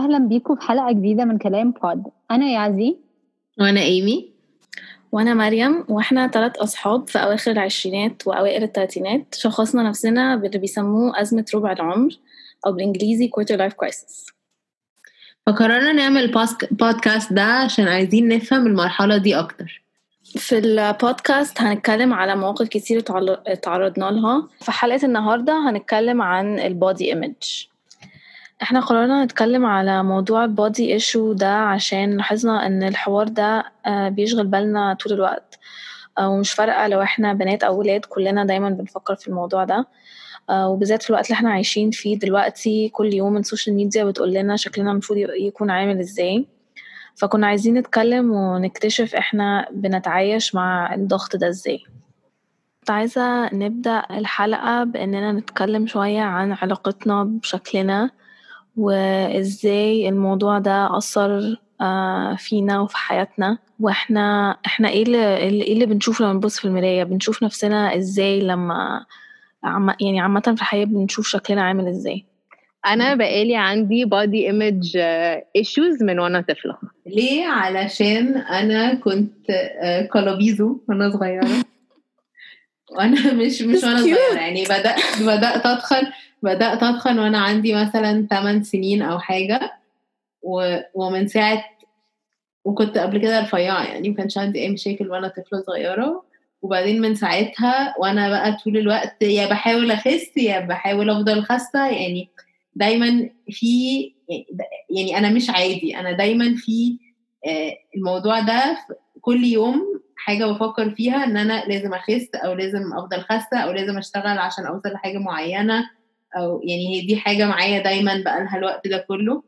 وسهلا بيكم في حلقة جديدة من كلام بود. أنا يعزي وانا ايمي وانا مريم، واحنا 3 اصحاب في اواخر العشرينات واوائل الثلاثينات. شخصنا نفسنا باللي بيسموه ازمة ربع العمر او بالانجليزي quarter life crisis. فقررنا نعمل بودكاست ده عشان عايزين نفهم المرحلة دي اكتر. في البودكاست هنتكلم على مواقف كتير تعرضنا لها. في حلقة النهاردة هنتكلم عن البودي ايمج. احنا قررنا نتكلم على موضوع البودي ايشو ده عشان لاحظنا ان الحوار ده بيشغل بالنا طول الوقت، ومش فارقة لو احنا بنات او ولاد، كلنا دايما بنفكر في الموضوع ده. وبالذات في الوقت اللي احنا عايشين فيه دلوقتي، كل يوم السوشيال ميديا بتقول لنا شكلنا المفروض يكون عامل ازاي. فكنا عايزين نتكلم ونكتشف احنا بنتعايش مع الضغط ده ازاي. كنت عايزة نبدأ الحلقة بأننا نتكلم شوية عن علاقتنا بشكلنا، وإزاي الموضوع ده أثر فينا وفي حياتنا، وإحنا إيه اللي بنشوفه لما نبص في المراية، بنشوف نفسنا إزاي لما يعني عامة في الحياة بنشوف شكلنا عامل إزاي. أنا بقالي عندي body image issues من وأنا طفلة. ليه؟ علشان أنا كنت كلابيزو وأنا صغيرة. وأنا مش وأنا صغيرة، يعني بدأت أتخن وأنا عندي مثلا 8 سنين أو حاجة، ومن ساعة، وكنت قبل كده رفيعة، يعني مكانش عندي أي مشاكل وأنا طفلة صغيرة. وبعدين من ساعتها وأنا بقى طول الوقت يا بحاول أخس يا بحاول أفضل خاسة، يعني دايما في، يعني أنا مش عادي، أنا دايما في الموضوع ده كل يوم حاجة بفكر فيها إن أنا لازم أخس أو لازم أفضل خاسة أو لازم أشتغل عشان أوصل لحاجة معينة، أو يعني هي دي حاجة معايا دايما بقى لها الوقت ده كله.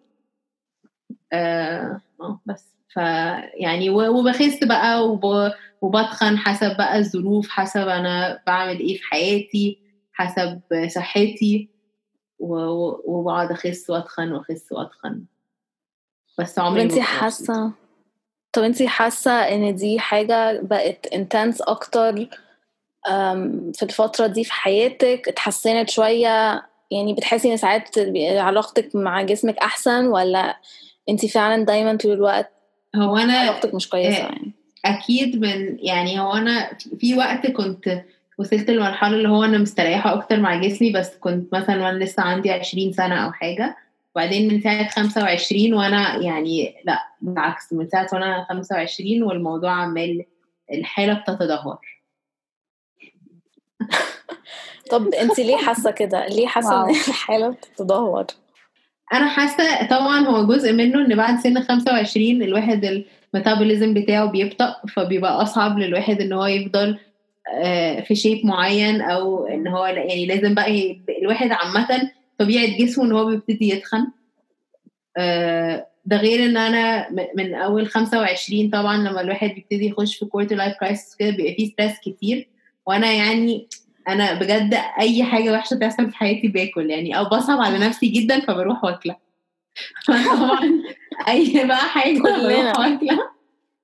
بس يعني وبخس بقى وبتخن حسب بقى الظروف، حسب أنا بعمل إيه في حياتي، حسب صحتي، وبقعد أخس وأتخن وأخس وأتخن. بس عمري ما طب انتي حاسة ان دي حاجة بقت intense اكتر في الفترة دي في حياتك؟ اتحسنت شوية؟ يعني بتحسي ان ساعات علاقتك مع جسمك احسن، ولا انتي فعلا دايما طول الوقت هو أنا علاقتك مش كويسة؟ يعني أكيد يعني هو أنا في وقت كنت وصلت للمرحلة اللي هو أنا مستريحة أكتر مع جسمي، بس كنت مثلا وأنا لسه عندي 20 سنة أو حاجة. وبعدين من ساعة 25 وأنا يعني لا بالعكس، من ساعة وأنا 25 والموضوع عمال الحالة بتتدهور. طب انتي ليه حاسة كده؟ ليه حاسة ان الحالة بتتدهور؟ أنا حاسة طبعا هو جزء منه إن بعد سن 25 الواحد الميتابوليزم بتاعه بيبطأ، فبيبقى أصعب للواحد إن هو يفضل في شيب معين، أو إن هو يعني لازم بقى الواحد عامة طبيعة جسمه إن هو بيبتدي يتخن. ده غير إن أنا من أول 25 طبعا لما الواحد بيبتدي يخش في quarter life crisis كده بيبقى فيه ستريس كتير، وأنا يعني أنا بجد أي حاجة وحشة تحصل في حياتي باكل، يعني أو بصعب على نفسي جدا فبروح واكلة. طبعا أي بقى حاجة بروح واكلة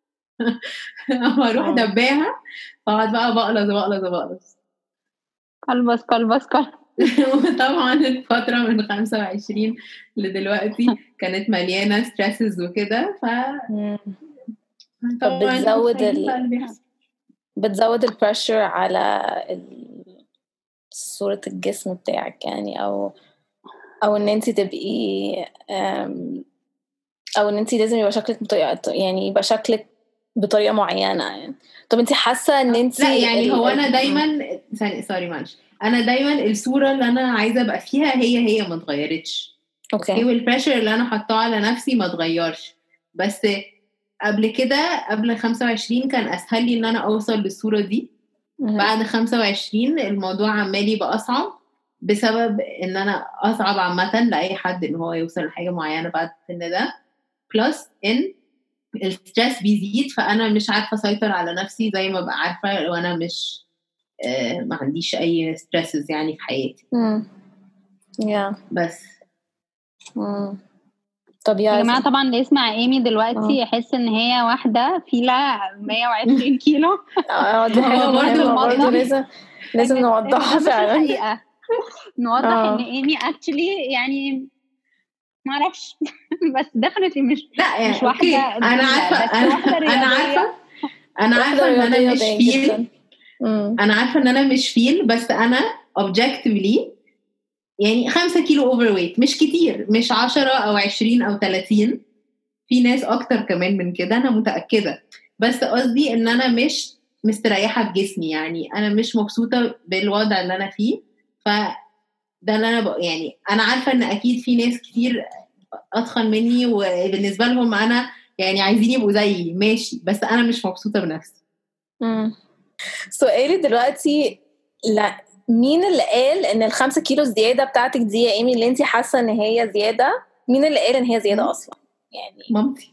أروح دباها فقعد بقى بقلص قلبس. وطبعا الفترة من 25 لدلوقتي كانت مليانة ستريسز وكده، بتزود البريشر على صورة الجسم بتاعك، يعني او ان انتي تبقي او ان انتي لازم يبقى شكلك يعني يبقى شكلك بطريقة معينة يعني. طب انتي حاسة ان انتي لا يعني هو انا دايما سوري معلش، انا دايما الصورة اللي انا عايزة ابقى فيها هي ما اتغيرتش. اوكي. والبريشر اللي انا حطاه على نفسي ما اتغيرش، بس قبل كده قبل 25 كان اسهل لي ان انا اوصل للصورة دي. بعد 25 الموضوع عمال يبقى اصعب، بسبب ان انا اصعب عامة لاي حد ان هو يوصل لحاجة معينة بعد السن ده، بلس ان الستريس بيزيد، فانا مش عارفة اسيطر على نفسي زي ما بقى عارفة وانا مش ما عنديش اي ستريسز يعني في حياتي. بس طب يا جماعة طبعا اللي يسمع ايمي دلوقتي يحس ان هي واحدة فيلة 120 كيلو. دي حاجة برضه لازم نوضحها فعلا. نوضح ان ايمي actually يعني معرفش بس دخلت مش لا يعني مش واحده اوكي انا عارفه انا عارفه ان انا مش فيل. انا عارفه ان انا مش فيل، بس انا objectively يعني 5 كيلو اوفر ويت، مش كتير، مش 10 او 20 او 30، في ناس اكتر كمان من كده انا متاكده. بس قصدي ان انا مش مستريحه بجسمي، يعني انا مش مبسوطه بالوضع اللي انا فيه. فده اللي انا يعني انا عارفه ان اكيد في ناس كتير اتخن مني وبالنسبه لهم انا يعني عايزين يبقوا زيي، ماشي، بس انا مش مبسوطه بنفسي. سؤالي دلوقتي، لا مين اللي قال ان ال5 كيلو زياده بتاعتك دي يا ايمي اللي انت حاسه ان هي زياده؟ مين اللي قال ان هي زياده اصلا؟ يعني مامتي.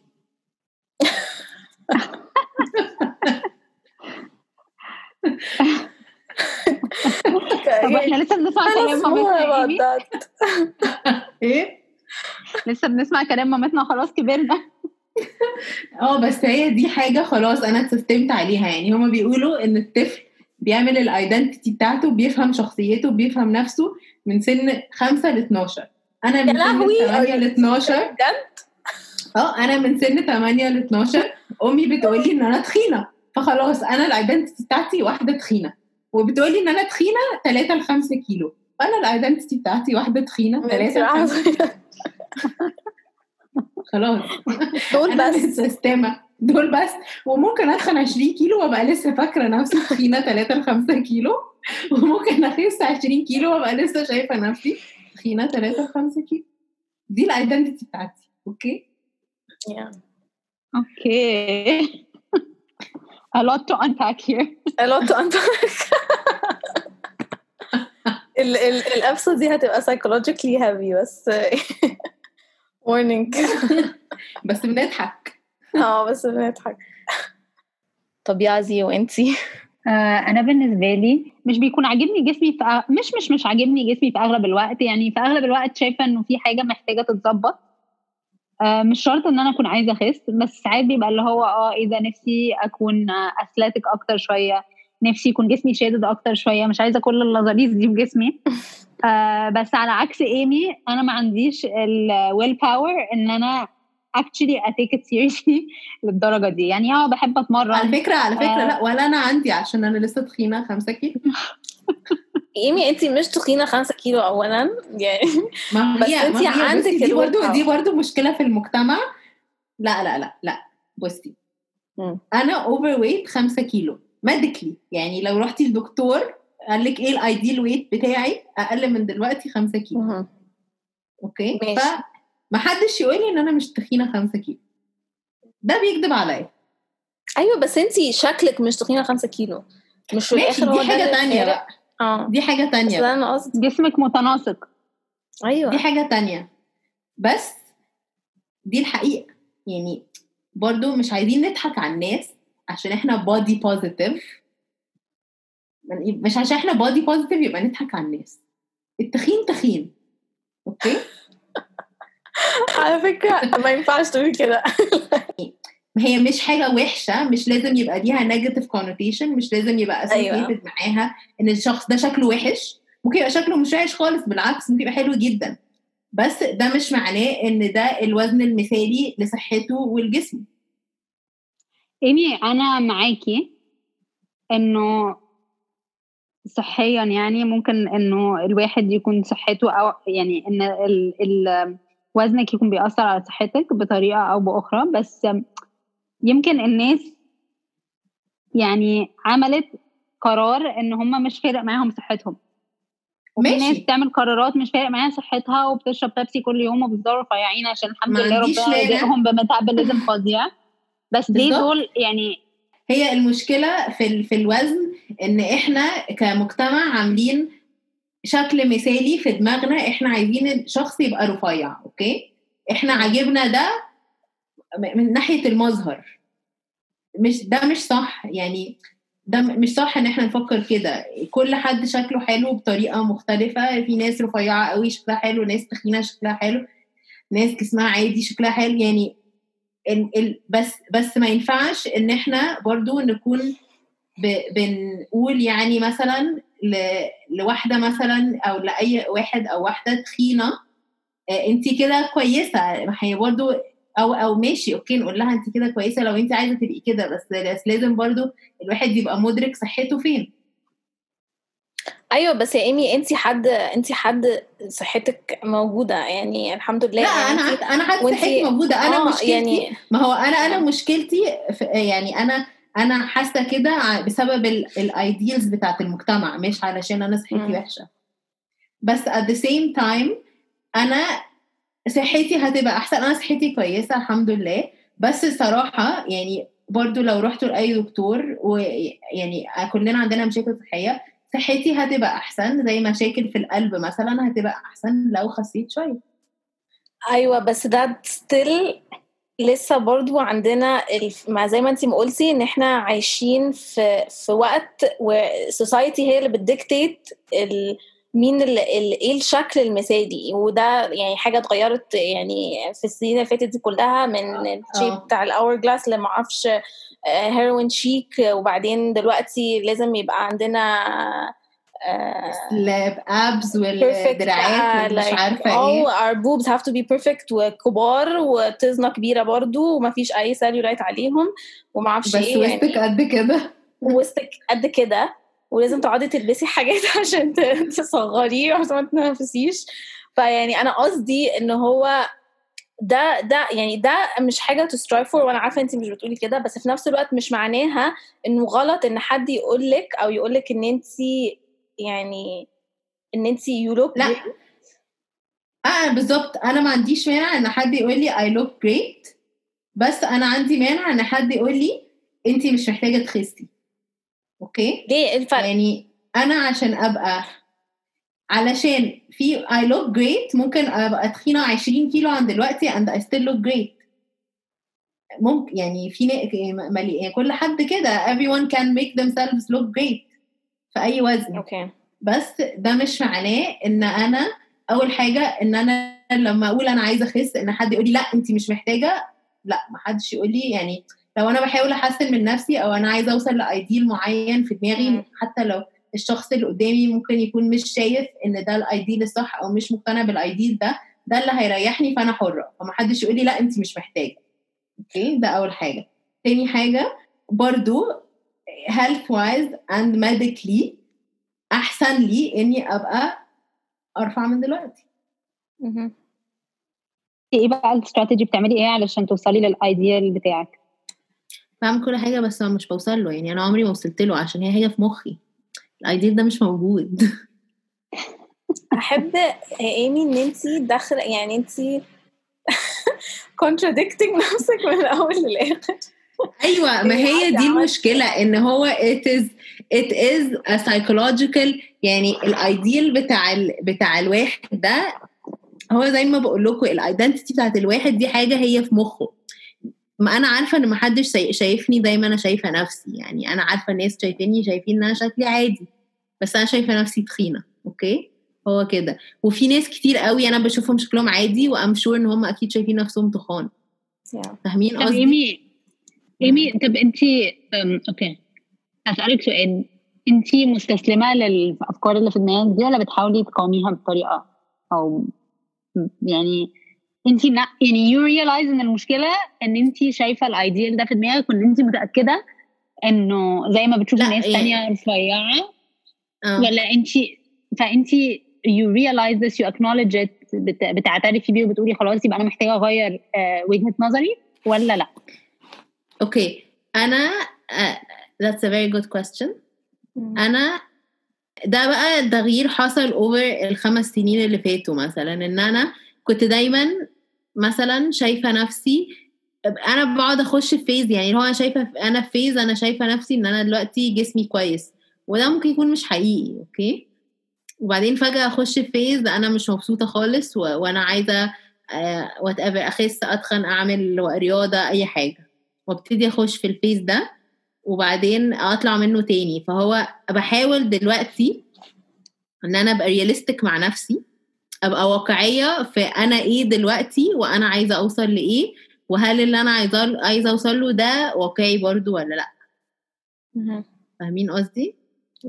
طب احنا لسه بنسمع كلام مامتنا ايه لسه بنسمع كلام مامتنا، خلاص كبرنا. بس هي دي حاجه خلاص انا اتسستمت عليها. يعني هما بيقولوا ان الطفل بيعمل الايدنتيتي بتاعته، بيفهم شخصيته، بيفهم نفسه من سن 5 ل 12. انا من سن 8 ل 12 انا من سن 8 ل 12 امي بتقولي ان انا تخينه، فخلاص انا الايدنتيتي بتاعتي واحده تخينه، وبتقولي ان انا تخينه 3 ل 5 كيلو، فانا الايدنتيتي بتاعتي واحده تخينه 3 ل 5 كيلو. خلاص دول بس سيستما دول بس. وممكن ادخن 20 كيلو وابقى لسه فاكره نفسي تخينه 3 ل 5 كيلو، وممكن اخس 20 كيلو وابقى لسه شايفه نفسي تخينه 3 ل 5 كيلو. دي الايدنتيتي بتاعتي. اوكي اوكي a lot to unpack here. الابسود دي هتبقى psychologically heavy بس warning. بس بنضحك. بس بنضحك. طب يا عزي وانتي؟ انا بالنسبه لي مش بيكون عاجبني جسمي مش عاجبني جسمي في اغلب الوقت. يعني في اغلب الوقت شايفه انه في حاجه محتاجه تتظبط. مش شرط ان انا اكون عايزه اخس، بس ساعات بيبقى اللي هو اذا نفسي اكون اثليتيك اكتر شويه، نفسي يكون جسمي شادد اكتر شويه، مش عايزه كل اللذاذيز دي في جسمي. بس على عكس ايمي انا ما عنديش الويل باور ان انا actually I take it seriously للدرجه دي. يعني بحب اتمرن على فكره لا، ولا انا عندي، عشان انا لسه تخينه 5 كيلو. ايمي انتي مش تخينه 5 كيلو اولا يعني، بس انتي عندك دي برضو مشكله في المجتمع. لا لا لا لا بصي، انا اوفر ويت 5 كيلو ميديكلي. يعني لو رحتي للدكتور قال لك ايه الايديال ويت بتاعي، اقل من دلوقتي 5 كيلو. اوكي فما حدش يقول لي ان انا مش تخينه 5 كيلو، ده بيكذب عليا. ايوه بس انتي شكلك مش تخينه 5 كيلو، مش في الاخر دي حاجه تانية بقى. دي حاجه تانية بقى. انا قصدي جسمك متناسق. ايوه دي حاجه تانية، بس دي الحقيقه. يعني برضو مش عايزين نضحك على الناس عشان احنا بودي بوزيتيف. مش عشان احنا بودي بوزيتيف يبقى نضحك على الناس. التخين تخين، اوكي. على فكره ما ينفعش تقولي كده. هي مش حاجه وحشه، مش لازم يبقى ليها نيجاتيف كونوتيشن، مش لازم يبقى اسوسييتد معاها ان الشخص ده شكله وحش. ممكن يبقى شكله مش وحش خالص، بالعكس ممكن يبقى حلو جدا، بس ده مش معناه ان ده الوزن المثالي لصحته والجسم. ايمي انا معاكي انه صحيا يعني ممكن انه الواحد يكون صحته او يعني ان وزنك يكون بيأثر على صحتك بطريقة او باخرى، بس يمكن الناس يعني عملت قرار ان هم مش فارق معاهم صحتهم، وفي ناس تعمل قرارات مش فارق معاها صحتها وبتشرب بيبسي كل يوم وبتدور رفيعين عشان الحمد لله ربنا يرزقهم بميتابوليزم فظيع. بس دول يعني هي المشكلة في الوزن ان احنا كمجتمع عاملين شكل مثالي في دماغنا، احنا عايزين الشخص يبقى رفيع. اوكي احنا عاجبنا ده من ناحية المظهر، ده مش صح. يعني ده مش صح ان احنا نفكر كده. كل حد شكله حلو بطريقة مختلفة. في ناس رفيعة قوي شكلها حلو، ناس تخينة شكلها حلو، ناس جسمها عادي شكلها حلو. يعني بس ما ينفعش ان احنا برضو نكون بنقول يعني مثلا لواحدة مثلا او لأي واحد او واحدة تخينة انت كده كويسه، هي برضو او ماشي اوكي نقول لها انت كده كويسه لو انت عايزه تبقي كده، بس لازم برضو الواحد يبقى مدرك صحته فين. ايوه بس يا ايمي انت حد صحتك موجوده يعني الحمد لله. لا يعني انا حد صحتي موجوده. انا مشكلتي يعني ما هو انا مشكلتي يعني انا حاسه كده بسبب الايديالز بتاعت المجتمع، مش علشان انا صحتي وحشه. بس at the same time انا صحتي هتبقى احسن. انا صحتي كويسه الحمد لله، بس صراحه يعني برضو لو رحتوا لاي دكتور ويعني كلنا عندنا مشاكل صحيه، صحتي هتبقى احسن. زي مشاكل في القلب مثلا هتبقى احسن لو خسيت شويه. ايوه بس ده still لسه برضو عندنا ما زي ما انتي ما قلتي ان احنا عايشين في وقت والسوسايتي هي اللي بتديكتيت مين ايه الشكل المثالي، وده يعني حاجه اتغيرت يعني في السنين اللي فاتت دي كلها، من الشيب بتاع الاور جلاس اللي ما اعرفش هيروين شيك، وبعدين دلوقتي لازم يبقى عندنا سلاب ابس والدراعات ومش عارفه ايه. our boobs have to be perfect وكبار وتزنه كبيره برضو ومفيش اي سيلولايت عليهم وما اعرفش ايه، بس وسطك قد كده وسطك قد كده ولازم تقعدي تلبسي حاجات عشان تصغريه عشان ما تنفسيش. فيعني انا قصدي ان هو ده يعني ده مش حاجه to strive for، وانا عارفه انت مش بتقولي كده، بس في نفس الوقت مش معناها انه غلط ان حد يقولك او يقولك ان انت يعني ان انت you look لا great. بالظبط. انا ما عنديش مانع ان حد يقول لي I look great، بس انا عندي مانع ان حد يقول لي انت مش محتاجه تخسي. اوكي ليه الفرق؟ يعني انا عشان ابقى علشان في I look great ممكن ابقى تخينه 20 كيلو عن دلوقتي and I still look great. ممكن يعني في يعني كل حد كده everyone can make themselves look great في اي وزن. اوكي بس ده مش معناه ان انا اول حاجه ان انا لما اقول انا عايزه اخس ان حد يقول لي لا انت مش محتاجه. لا ما حدش يقول لي. يعني لو انا بحاول احسن من نفسي او انا عايزه اوصل لايديل معين في دماغي، حتى لو الشخص اللي قدامي ممكن يكون مش شايف ان ده الايديل الصح او مش مقتنع بالايديل ده اللي هيريحني، فانا حره. فما حدش يقول لي لا انت مش محتاجه. اوكي ده اول حاجه. تاني حاجه برضو health wise and medically احسن لي اني ابقى ارفع من دلوقتي. ايه بقى الاستراتيجي؟ بتعملي ايه علشان توصلي للايديال بتاعك؟ بعمل كل حاجه بس مش بوصل له. يعني انا عمري ما وصلت له عشان هي حاجه في مخي. الايديال ده مش موجود. احب ايمي ان انتي داخله يعني انتي contradicting نفسك من الاول للاخر. ايوه ما هي دي المشكله ان هو it is a psychological. يعني الايديال بتاع الواحد ده هو زي ما بقول لكم الايدنتيتي بتاعت الواحد دي حاجه هي في مخه. ما انا عارفه ان ما حدش شايفني زي ما انا شايفه نفسي. يعني انا عارفه الناس شايفين ان انا شكلي عادي، بس انا شايفه نفسي تخينه. اوكي هو كده. وفي ناس كتير قوي انا بشوفهم شكلهم عادي وام شور ان هم اكيد شايفين نفسهم تخان. فاهمين قصدي؟ ايمي طب انتي اوكي هسألك سؤال. انتي مستسلمه للافكار اللي في دماغك دي ولا بتحاولي تقاوميها بطريقه او يعني انتي يعني you realize ان المشكله ان انتي شايفه الايديال ده في دماغك وان انتي متاكده انه زي ما بتشوفي ناس تانية رفيعه ولا فانتي you realize this you acknowledge it بتعترفي بيه وبتقولي خلاص يبقى انا محتاجه اغير وجهه نظري ولا لا؟ اوكي انا that's a very good question. انا ده بقى تغيير حصل over 5 سنين اللي فاتوا. مثلا ان انا كنت دايما مثلا شايفه نفسي انا بقعد اخش في فيز. يعني هو انا شايفه انا في فيز انا شايفه نفسي ان انا دلوقتي جسمي كويس وده ممكن يكون مش حقيقي. اوكي وبعدين فجاه اخش في فيز انا مش مبسوطه خالص وانا عايزه whatever اخس اتخن اعمل رياضه اي حاجه وابتدي اخش في الفيز ده وبعدين اطلع منه تاني. فهو بحاول دلوقتي ان انا ابقى رياليستيك مع نفسي، ابقى واقعيه في انا ايه دلوقتي وانا عايزه اوصل لايه وهل اللي انا عايزه اوصل له ده واقعي برضو ولا لا. فاهمين قصدي؟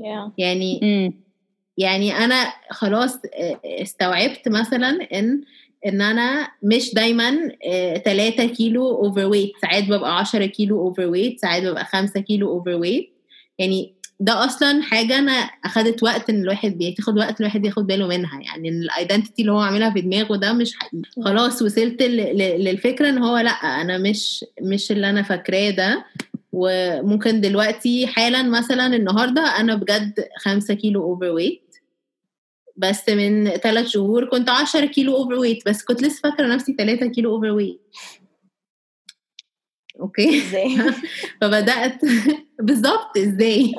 يعني انا خلاص استوعبت مثلا ان ان انا مش دايما 3 كيلو اوفر ويت، ساعات ببقى 10 كيلو اوفر ويت، ساعات ببقى 5 كيلو اوفر ويت. يعني ده اصلا حاجه انا اخدت وقت ان الواحد بياخد وقت الواحد ياخد باله منها، يعني ان الايدنتيتي اللي هو عاملها في دماغه ده مش حقيقي. خلاص وصلت للفكره ان هو لا، انا مش اللي انا فاكراه ده. وممكن دلوقتي حالا مثلا النهارده انا بجد 5 كيلو اوفر ويت، بس من 3 شهور كنت 10 كيلو اوفر ويت، بس كنت لسه فاكره نفسي 3 كيلو اوفر ويت. اوكي ازاي؟ فبدات بالظبط ازاي.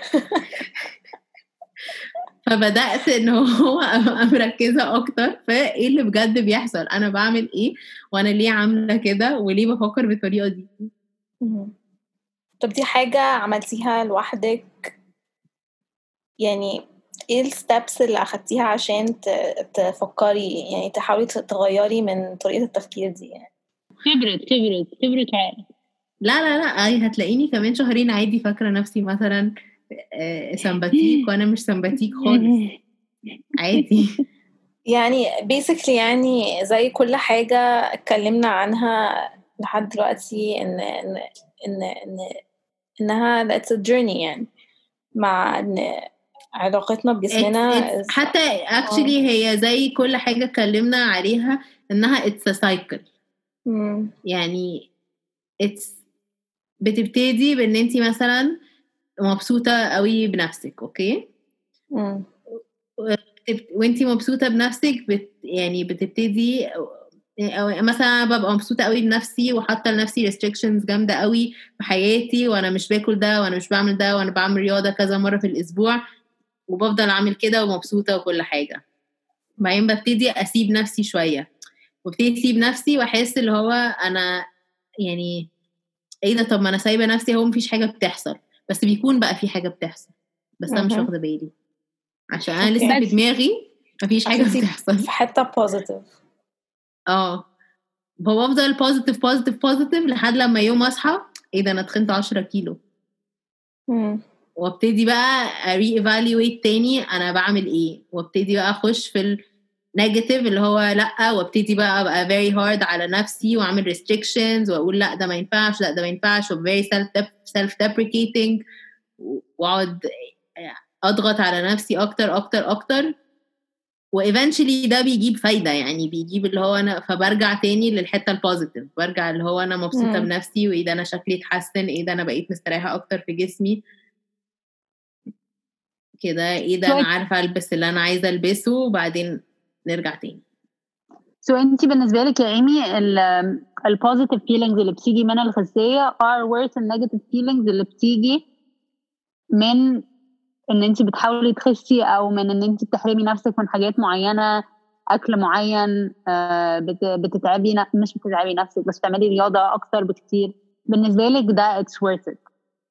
فبدات ان هو ابقى مركزه اكتر في ايه اللي بجد بيحصل، انا بعمل ايه وانا ليه عامله كده وليه بفكر بالطريقه دي. طب دي حاجه عملتيها لوحدك؟ يعني ايه الستبس اللي اخدتيها عشان تفكري، يعني تحاولي تغيري من طريقه التفكير دي؟ يعني كبرت عادي. لا هتلاقيني كمان شهرين عادي فاكره نفسي مثلا سمباتيك وانا مش سمباتيك خالص عادي. يعني basically يعني زي كل حاجة اتكلمنا عنها لحد دلوقتي إنها that's a journey، يعني مع إن علاقتنا بجسمنا حتى actually هي زي كل حاجة اتكلمنا عليها إنها it's a cycle. يعني بتبتدي بإن أنتي مثلا مبسوطة قوي بنفسك، أوكي؟ وانتي مبسوطة بنفسك يعني بتبتدي، أو مثلا ببقى مبسوطة قوي بنفسي وحاطة لنفسي restrictions جامدة قوي في حياتي، وانا مش باكل ده وانا مش بعمل ده وانا بعمل رياضة كذا مرة في الاسبوع وبفضل اعمل كده ومبسوطة وكل حاجة. بعدين ببتدي اسيب نفسي شوية، وابتدي اسيب نفسي واحس اللي هو انا يعني ايه ده، طب ما انا سايبة نفسي، هو مفيش حاجة بتحصل، بس بيكون بقى في حاجة بتحصل بس انا مش واخدة بالي عشان انا لسه في دماغي مفيش حاجة بتحصل في حتة بوزيتيف. هو افضل بوزيتيف لحد لما يوم اصحى ايه ده انا تخنت 10 كيلو، وابتدي بقى ري ايفالويت تاني انا بعمل ايه، وابتدي بقى اخش في النيجاتيف اللي هو لا، وابتدي بقى ابقى very hard على نفسي واعمل restrictions واقول لا ده ما ينفعش، لا ده ما ينفعش، و very self deprecating، واقعد اضغط على نفسي اكتر وايفنشلي ده بيجيب فايده، يعني بيجيب اللي هو انا فبرجع تاني للحته البوزيتيف، برجع اللي هو انا مبسوطه بنفسي، وايه ده انا شكلي اتحسن، ايه ده انا بقيت مستريحه اكتر في جسمي كده، ايه ده انا عارفه البس اللي انا عايزه البسه، وبعدين نرجع تاني. انتي بالنسبه لك يا ايمي البوزيتيف فيلينجز اللي بتيجي من الخسيه are worse النيجاتيف فيلينجز اللي بتيجي من ان انت بتحاولي تخسي، او من ان انت بتحرمي نفسك من حاجات معينه، اكل معين، بتتعبي مش بتتعبي نفسك بس بتعملي رياضه اكتر بكتير، بالنسبه لك ده it's worth it؟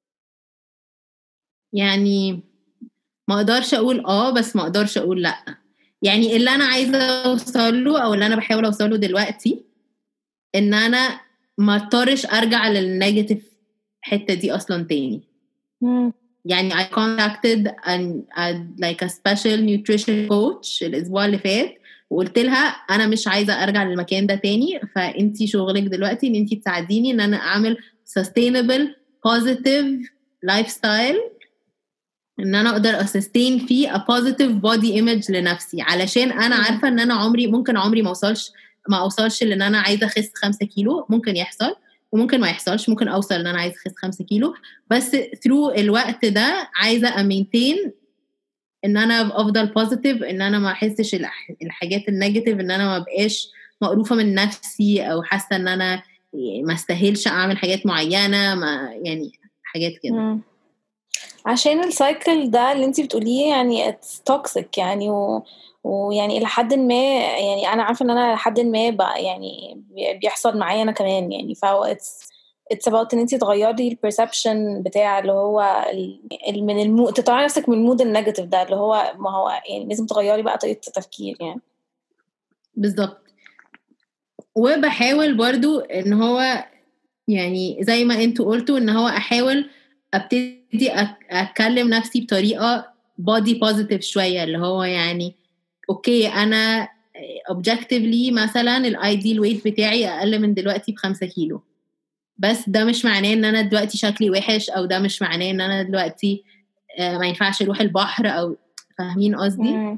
يعني ما اقدرش اقول بس ما اقدرش اقول لا. يعني اللي انا عايزه اوصل له او اللي انا بحاول اوصل له دلوقتي ان انا ما اضطرش ارجع للنيجاتيف حته دي اصلا تاني. يعني I contacted like a special nutrition coach الأسبوع اللي فات، وقلت لها أنا مش عايزة أرجع للمكان ده تاني، فأنتي شغلك دلوقتي إن أنتي تساعديني إن أنا أعمل sustainable positive lifestyle، إن أنا أقدر أسستين فيه a positive body image لنفسي، علشان أنا عارفة إن أنا عمري ما أوصلش لأن أنا عايزة أخس 5 كيلو، ممكن يحصل وممكن ما يحصلش، ممكن اوصل ان انا عايزه اخس 5 كيلو، بس through الوقت ده عايزه امينتين ان انا افضل بوزيتيف، ان انا ما احسش الحاجات النيجاتيف، ان انا ما بقاش مقروفه من نفسي او حاسه ان انا ما استاهلش اعمل حاجات معينه، ما يعني حاجات كده. عشان السايكل ده اللي انتي بتقوليه يعني it's toxic يعني، ويعني إلى حد ما، يعني أنا عارفة إن أنا لحد ما بقى يعني بيحصل معايا أنا كمان، يعني فهو it's about إن أنتي تغيري البرسبشن بتاع اللي هو من تطلعي نفسك من المود النيجاتيف ده، اللي هو ما هو يعني لازم تغيري بقى طريقة التفكير يعني. بالظبط. وبحاول برضو إن هو يعني زي ما انتوا قلتوا إن هو أحاول أبتدي أتكلم نفسي بطريقة body positive شوية، اللي هو يعني اوكي انا objectively مثلا الايديال ويت بتاعي اقل من دلوقتي ب5 كيلو، بس ده مش معناه ان انا دلوقتي شكلي وحش، او ده مش معناه ان انا دلوقتي ما ينفعش اروح البحر، او فاهمين قصدي؟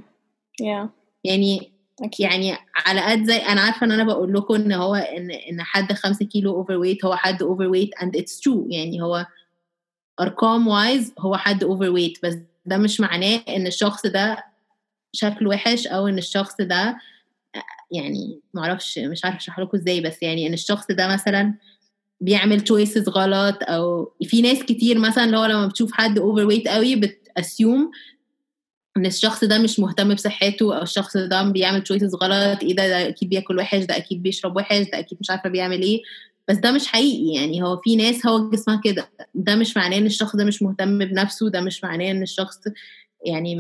يعني أكيد. يعني على قد زي انا عارفه ان انا بقول لكم ان هو ان حد 5 كيلو اوفر ويت هو حد اوفر ويت and it's true، يعني هو ارقام وايز هو حد اوفر ويت، بس ده مش معناه ان الشخص ده شكله وحش، او ان الشخص ده يعني معرفش، مش عارفه اشرح لكم ازاي، بس يعني ان الشخص ده مثلا بيعمل choices غلط. او في ناس كتير مثلا اللي هو لما بتشوف حد اوفر ويت قوي بتأسيوم ان الشخص ده مش مهتم بصحته، او الشخص ده بيعمل choices غلط، ايه ده اكيد بياكل وحش، ده اكيد بيشرب وحش، ده اكيد مش عارفه بيعمل ايه. بس ده مش حقيقي، يعني هو في ناس هو جسمها كده، ده مش معناه ان الشخص ده مش مهتم بنفسه، ده مش معناه ان الشخص يعني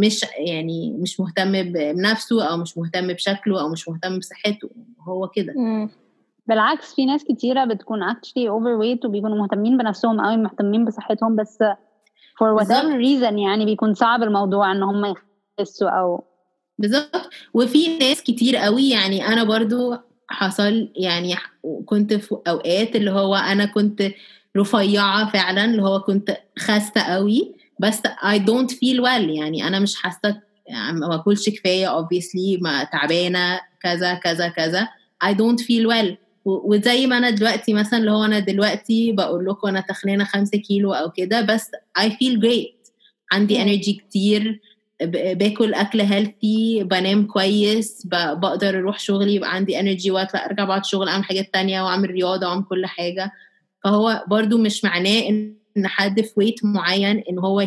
مش مهتم بنفسه، او مش مهتم بشكله، او مش مهتم بصحته، هو كده. بالعكس في ناس كتيرة بتكون actually overweight وبيكونوا مهتمين بنفسهم قوي، مهتمين بصحتهم، بس for whatever reason يعني بيكون صعب الموضوع ان هم يخسوا او بالظبط. وفي ناس كتير قوي، يعني انا برضو حصل يعني كنت في اوقات اللي هو انا كنت رفيعة فعلا، اللي هو كنت خاسة قوي، بس I don't feel well، يعني انا مش حاسة، يعني ما باكلش كفاية obviously، ما تعبانة كذا كذا كذا، I don't feel well. وزي ما انا دلوقتي مثلا اللي هو انا دلوقتي بقول لكم انا تخنانة 5 كيلو او كده، بس I feel great، عندي energy كتير، باكل اكل هيلثي، بنام كويس، بقدر اروح شغلي، يبقى عندي انرجي، واطلع ارجع بعد شغل اعمل حاجات تانية، واعمل رياضه، واعمل كل حاجه. فهو برضو مش معناه ان حد في ويت معين ان هو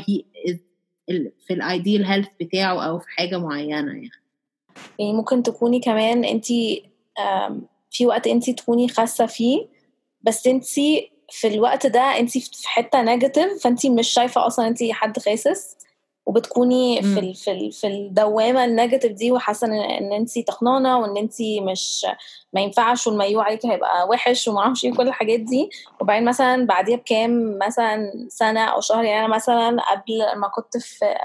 في الايديال هيلث بتاعه، او في حاجه معينه يعني ممكن تكوني كمان انتي في وقت انتي تكوني خاسة فيه، بس انتي في الوقت ده انتي في حتة نيجاتيف، فانتي مش شايفة اصلا انتي حد خاسس، وبتكوني في الدوامة النيجاتيف دي، وحاسة ان انتي تخنانة، وان انتي مش ما ينفعش، والمايو عليكي هيبقى وحش، وما اعرفش ايه كل الحاجات دي. وبعدين مثلا بعديها بكام مثلا سنة او شهر، يعني انا مثلا قبل ما كنت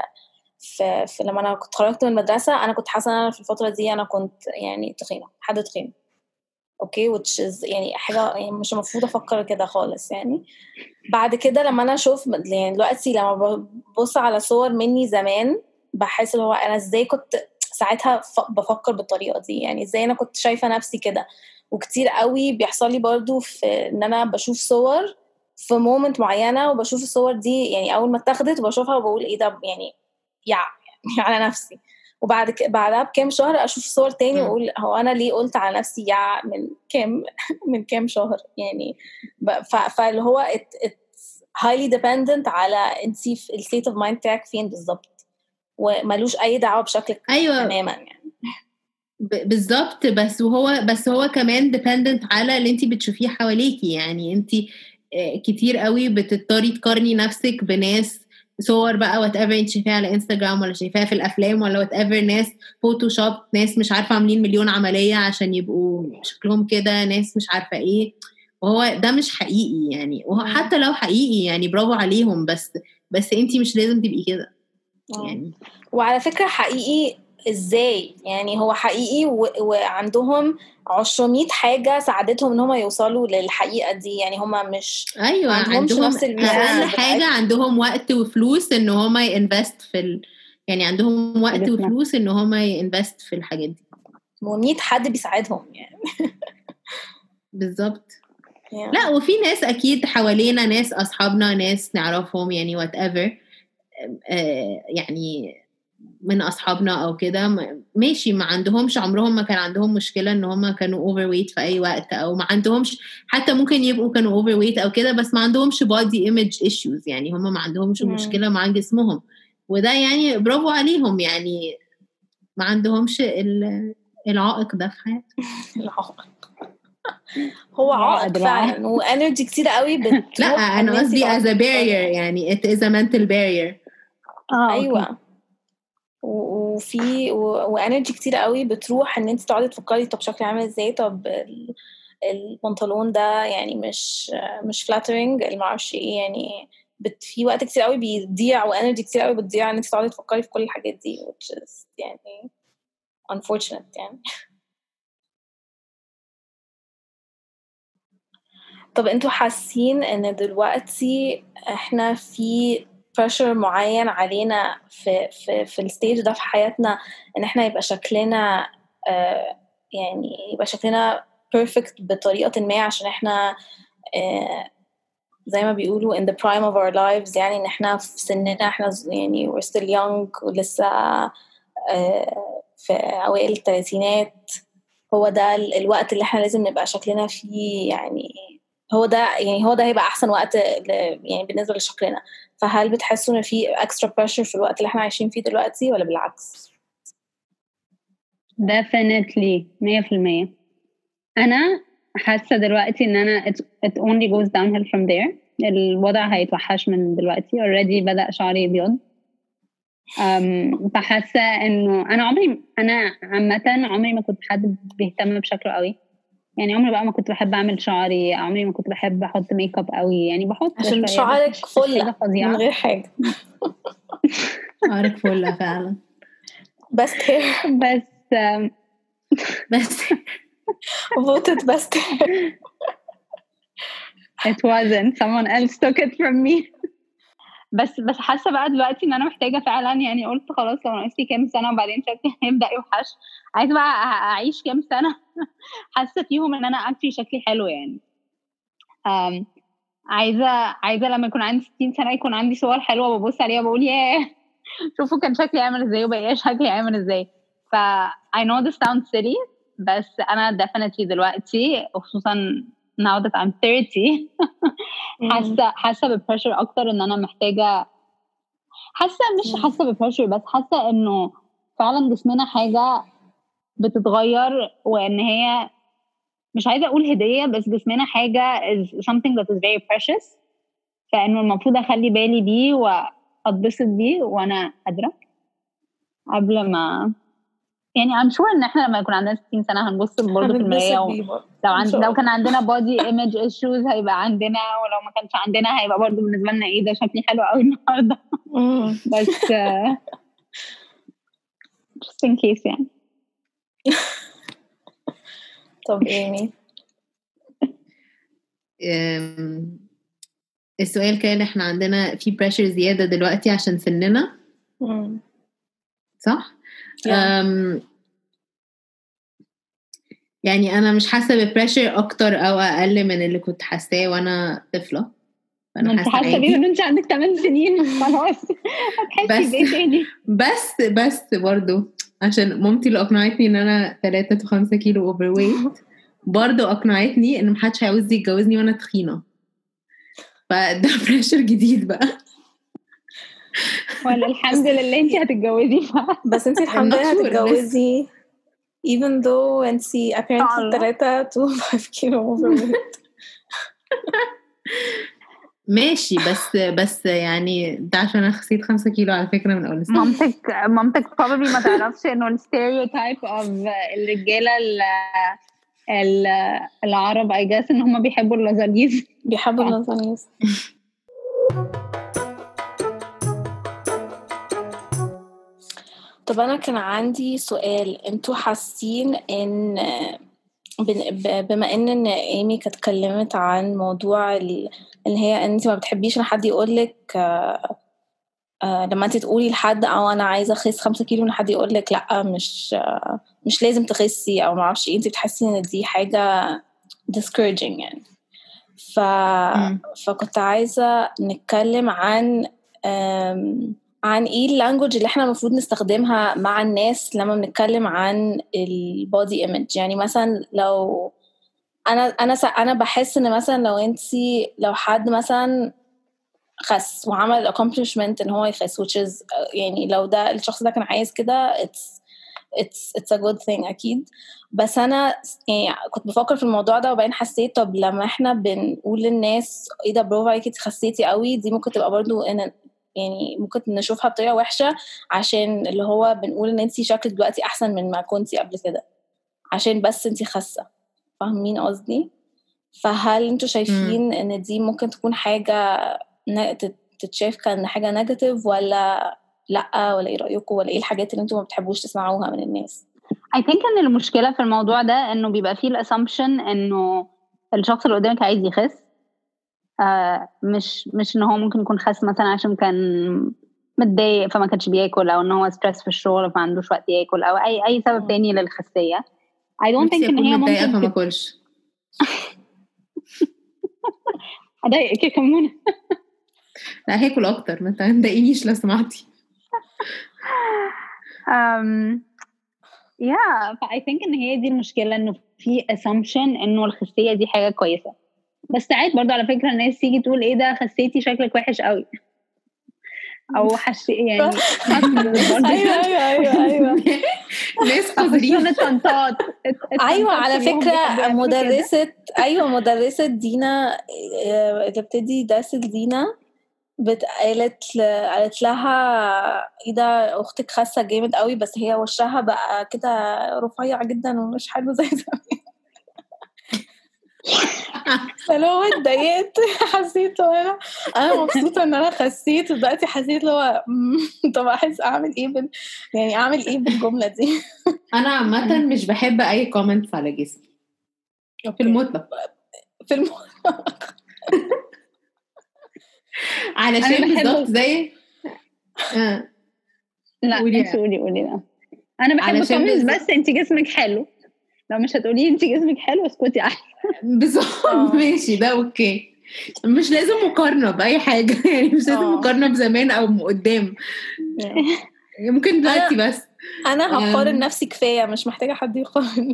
في لما انا كنت خرجت من المدرسه، انا كنت حاسه ان انا في الفتره دي انا كنت يعني تخينه، حد تخين، اوكي، which is يعني حاجه يعني مش المفروض افكر كده خالص. يعني بعد كده لما انا اشوف يعني دلوقتي لما ببص على صور مني زمان، بحس اللي هو انا ازاي كنت ساعتها بفكر بالطريقه دي، يعني ازاي انا كنت شايفه نفسي كده. وكتير قوي بيحصل لي برضو في ان انا بشوف صور في مومنت معينه، وبشوف الصور دي يعني اول ما اتاخدت وبشوفها وبقول ايه ده يعني على نفسي. بعدها بكام شهر اشوف صور تاني واقول هو انا ليه قلت على نفسي من كام شهر يعني. فاللي هو it's highly dependent على انتي في الstate of mind بتاعك فين بالظبط، ومالوش اي دعوه بشكلك تماما يعني. بالظبط. بس هو كمان dependent على اللي انتي بتشوفيه حواليكي، يعني انتي كتير قوي بتضطري تقارني نفسك بناس صور بقى whatever انت شايفاها على انستغرام، ولا شايفاها في الافلام، ولا whatever، ناس فوتوشوب، ناس مش عارفه عاملين مليون عمليه عشان يبقوا شكلهم كده، ناس مش عارفه ايه، وهو ده مش حقيقي يعني. وهو حتى لو حقيقي يعني برافو عليهم، بس انت مش لازم تبقي كده يعني. وعلى فكره حقيقي ازاي يعني؟ هو حقيقي وعندهم 200 حاجه ساعدتهم ان هم يوصلوا للحقيقه دي، يعني هم مش ايوه عندهم نفس اقل حاجه، عندهم وقت وفلوس ان هم ينفست يعني عندهم وقت وفلوس ان هم ينفست في الحاجات دي، و100 حد بيساعدهم يعني. بالظبط. لا وفي ناس اكيد حوالينا، ناس اصحابنا، ناس نعرفهم يعني whatever، يعني من اصحابنا او كده ماشي، ما عندهمش، عمرهم ما كان عندهم مشكله ان هم كانوا اوفر ويت في اي وقت، او ما عندهمش حتى ممكن يبقوا كانوا اوفر ويت او كده، بس ما عندهمش body image issues، يعني هم ما عندهمش مشكله مع جسمهم، وده يعني برافو عليهم، يعني ما عندهمش العائق ده في حياتهم. العائق هو عائق فعلا، وانرجي كتير قوي لا انا قصدي as a barrier، يعني it is a mental barrier. ايوه. وانرجي كتير قوي بتروح ان انت تقعدي تفكري طب شكلي عامل ازاي، طب البنطلون ده يعني مش فلاترينج، اللي معرفش ايه يعني. في وقت كتير قوي بيضيع، وانرجي كتير قوي بتضيع ان انت تقعدي تفكري في كل الحاجات دي، which is يعني unfortunate يعني. طب انتوا حاسين ان دلوقتي احنا في pressure معين علينا في الستيج ده في حياتنا ان احنا يبقى شكلنا يعني يبقى شكلنا perfect بطريقة ما عشان احنا زي ما بيقولوا in the prime of our lives يعني ان احنا في سننا احنا يعني we're still young ولسه في اوائل الثلاثينات. هو ده الوقت اللي احنا لازم نبقى شكلنا فيه يعني هو ده هيبقى احسن وقت يعني بالنسبة لشكلنا. فهل بتحسوا ان في extra pressure في الوقت اللي احنا عايشين فيه دلوقتي ولا بالعكس؟ definitely 100%. انا حاسه دلوقتي ان انا it only goes downhill from there. الوضع هيتوحش من دلوقتي already بدأ شعري يبيض. فحاسه انه انا عمري ما كنت حد بيهتم بشكله قوي يعني. عمري بقى ما كنت بحب اعمل شعري، عمري ما كنت بحب احط ميك اب قوي يعني. بحط عشان شعرك فله من غير حاجه. شعرك فله فعلا. بس voted best hair. It wasn't, someone else took it from me. بس حاسه بقى دلوقتي ان انا محتاجه فعلا يعني. قلت خلاص لو ناقصي كام سنه وبعدين شكلي هيبدا يوحش، عايزه بقى اعيش كام سنه حاسه فيهم ان انا اكتشف شكلي حلو يعني. عايزه لما يكون عندي 60 سنه يكون عندي صور حلوه ببص عليها بقول ياه شوفوا كان شكلي عامل ازاي وبقى شكلي عامل ازاي. ف I know this sounds silly بس انا definitely دلوقتي خصوصا now that I'm 30 حاسه بالبريشر اكتر ان انا محتاجه. مش حاسه بالبريشر بس حاسه انه فعلا جسمنا حاجه بتتغير وان هي مش عايزه اقول هديه بس جسمنا حاجه is something that is very precious. فانه المفروض اخلي بالي بيه واتبسط بيه وانا قادره قبل ما يعني I'm sure ان احنا لما يكون عندنا 60 سنه هنبص برضه في المرايه لو كان عندنا body image issues هيبقى عندنا، ولو ما كانش عندنا هيبقى برضه بالنسبه لنا ايه ده شكلي حلو قوي النهارده. بس just in case يعني. طب ايمي السؤال كان احنا عندنا في بريشر زيادة دلوقتي عشان سننا صح؟ يعني انا مش حاسة ببريشر اكتر او اقل من اللي كنت حاساه وانا طفلة. انت حاسة بيه ان انت عندك 8 سنين خلاص هتحسي بايه تاني؟ بس برضو عشان مامتي اللي اقنعتني ان انا 3-5 كيلو اوفر ويت برضو اقنعتني ان محدش هيعوز يتجوزني وانا تخينة. فده بريشر جديد بقى. ولا الحمد لله انت هتتجوزي بس انت الحمد لله هتتجوزي even though انت apparently 3-5 كيلو over weight. ماشي بس يعني ده عشان انا خسيت 5 كيلو على فكرة من اول السنة. مامتك probably ما تعرفش انه الستيريوتايب of الرجالة العرب I guess ان هم بيحبوا اللازانيز. طب أنا كان عندي سؤال. انتوا حاسين ان بما ان ايمي كانت اتكلمت عن موضوع ان هي انت ما بتحبيش ان حد يقولك لما انت تقولي لحد او انا عايزه اخس 5 كيلو ان حد يقولك لا مش لازم تخسي او ما اعرفش انت بتحسي ان دي حاجه discouraging يعني. فكنت عايزه نتكلم عن ايه اللانجوج اللي احنا المفروض نستخدمها مع الناس لما بنتكلم عن البودي ايمج. يعني مثلا لو انا بحس ان مثلا لو حد مثلا خس وعمل accomplishment ان هو يخس which is يعني لو ده الشخص ده كان عايز كده it's a good thing اكيد. بس انا يعني كنت بفكر في الموضوع ده وبعدين حسيت طب لما احنا بنقول للناس ايه ده برافو عليكي خسيتي قوي دي ممكن تبقى برضو يعني ممكن نشوفها بطريقة وحشة عشان اللي هو بنقول ان انتي شكلك دلوقتي احسن من ما كنتي قبل كده عشان بس انتي خاسة. فاهمين قصدي؟ فهل انتوا شايفين ان دي ممكن تكون حاجة تتشاف كأن حاجة نيجاتيف ولا لأ؟ ولا ايه رأيكم؟ ولا ايه الحاجات اللي انتوا ما بتحبوش تسمعوها من الناس؟ I think ان المشكلة في الموضوع ده انه بيبقى فيه الاسامبشن انه الشخص اللي قدامك عايز يخس. مش ان هو ممكن يكون خس مثلا عشان كان متضايق فما كانش بياكل، او ان هو ستريس في الشغل فما عندوش وقت ياكل، او اي سبب تاني للخسية. I don't think ان هي ممكن فما اكلش. اضايقك يا كمونة. لا هاكل اكتر، ما تضايقنيش لو سمحتي. I think ان هي دي المشكلة، انه في assumption انه الخسية دي حاجة كويسة. بس ساعات برضو على فكرة الناس تيجي تقول ايه ده خسيتي شكلك وحش قوي، او يعني ايوه ناس قذرين. الطنطات. ايوه على فكرة مدرسة دينا اللي بتدي درس دينا قالت لها ايه ده اختك خاسة جامد قوي، بس هي وشها بقى كده رفيع جدا ومش حلو زي زمان. فلو اتضايقت حسيت انا مبسوطه ان انا خسيت، ودلوقتي حسيت لو طب اعمل ايه يعني اعمل ايه بالجمله دي. انا عامه مش بحب اي كومنتس على جسمي في المطلق علشان بالظبط زي لا قولي لا انا بحب كومنتس بس انت جسمك حلو، لو مش هتقولي انت جسمك حلو اسكتي احسن. بالظبط ماشي ده اوكي، مش لازم مقارنه باي حاجه يعني مش لازم مقارنه بزمان او قدام، ممكن دلوقتي بس انا هقارن نفسي كفايه، مش محتاجه حد يقارن.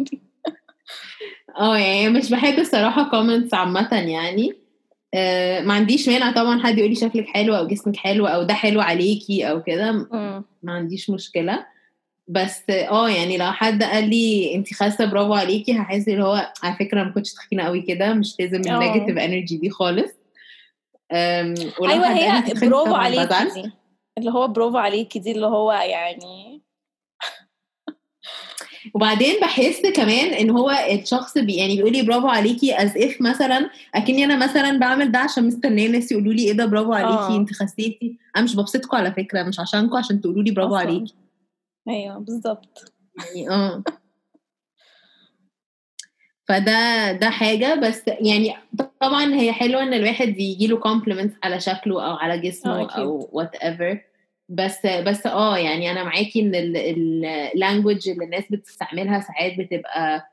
يعني مش بحب الصراحه كومنتس عامه يعني. ما عنديش مانع طبعا حد يقولي شكلك حلو او جسمك حلو او ده حلو عليكي او كده، ما عنديش مشكله. بس يعني لو حد قال لي انت خاسه برافو عليكي، هحس اللي هو على فكره ما كنتش تخينه قوي كده، مش لازم النيجاتيف انرجي دي خالص. ايوه هي برافو عليكي دي اللي هو برافو عليكي دي اللي هو يعني. وبعدين بحس كمان ان هو الشخص يعني بيقول لي برافو عليكي as if مثلا اكني انا مثلا بعمل ده عشان مستنيه الناس يقولوا لي ايه ده برافو عليكي انت خسيتي. انا مش ببسطكم على فكره، مش عشانكم عشان تقولوا لي برافو عليكي. ايوه بالظبط يعني فده حاجة. بس يعني طبعا هي حلوة ان الواحد يجيله compliments على شكله او على جسمه او whatever. بس يعني انا معاكي ان اللانجوج اللي الناس بتستعملها ساعات بتبقى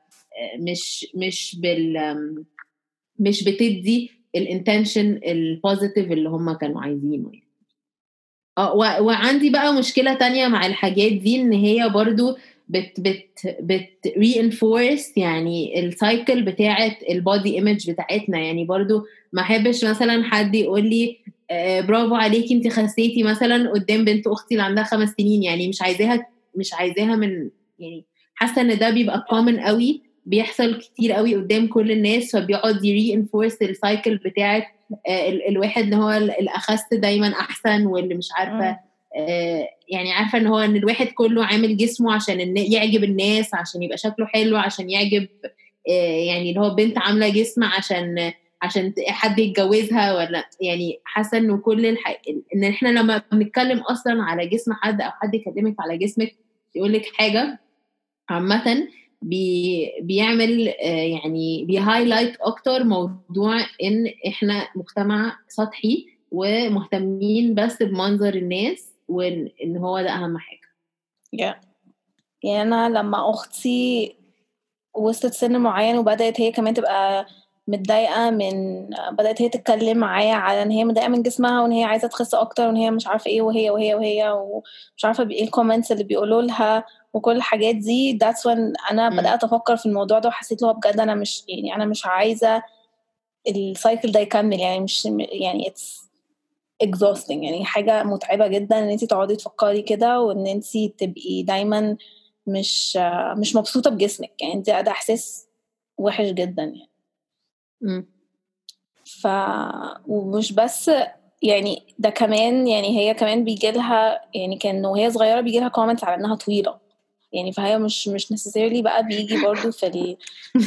مش بتدي الانتنشن البوزيتيف اللي هم كانوا عايزينه يعني. وعندي بقى مشكلة تانية مع الحاجات دي، ان هي برضو بت reinforce يعني السايكل بتاعه البودي ايمج بتاعتنا. يعني برضو ما احبش مثلا حد يقول لي برافو عليكي انت خسيتي مثلا قدام بنت اختي اللي عندها 5 سنين، يعني مش عايزاها من يعني حاسه ان ده بيبقى كومن قوي، بيحصل كتير قوي قدام كل الناس، فبيقعد reinforce السايكل بتاعه الواحد اللي هو الاخس دايما احسن، واللي مش عارفه يعني عارفه ان هو ان الواحد كله عامل جسمه عشان يعجب الناس، عشان يبقى شكله حلو، عشان يعجب يعني اللي هو بنت عامله جسم عشان حد يتجوزها، ولا يعني حاسه انه كل ان احنا لما بنتكلم اصلا على جسم حد او حد يكلمك على جسمك يقول لك حاجه عامه بيعمل يعني بيهايلايت اكتر موضوع ان احنا مجتمع سطحي ومهتمين بس بمنظر الناس، وان هو ده اهم حاجه. يعني انا لما اختي وصلت سن معين وبدات هي كمان تبقى متضايقه بدات هي تتكلم معايا على ان هي متضايقه من جسمها وان هي عايزه تخس اكتر وان هي مش عارفه ايه وهي ومش عارفه ايه الكومنتس اللي بيقولوا لها وكل الحاجات دي. that's when انا بدات افكر في الموضوع ده وحسيت له بجد انا مش عايزه السايكل ده يكمل. يعني مش يعني it's exhausting، يعني حاجه متعبه جدا ان انت تقعدي تفكري كده وان انت تبقي دايما مش مبسوطه بجسمك. يعني ده احساس وحش جدا يعني. ومش بس يعني ده كمان، يعني هي كمان بيجي لها يعني كان وهي صغيره بيجي لها كومنتس على انها طويله يعني، فهي مش necessarily بقى بيجي برضو في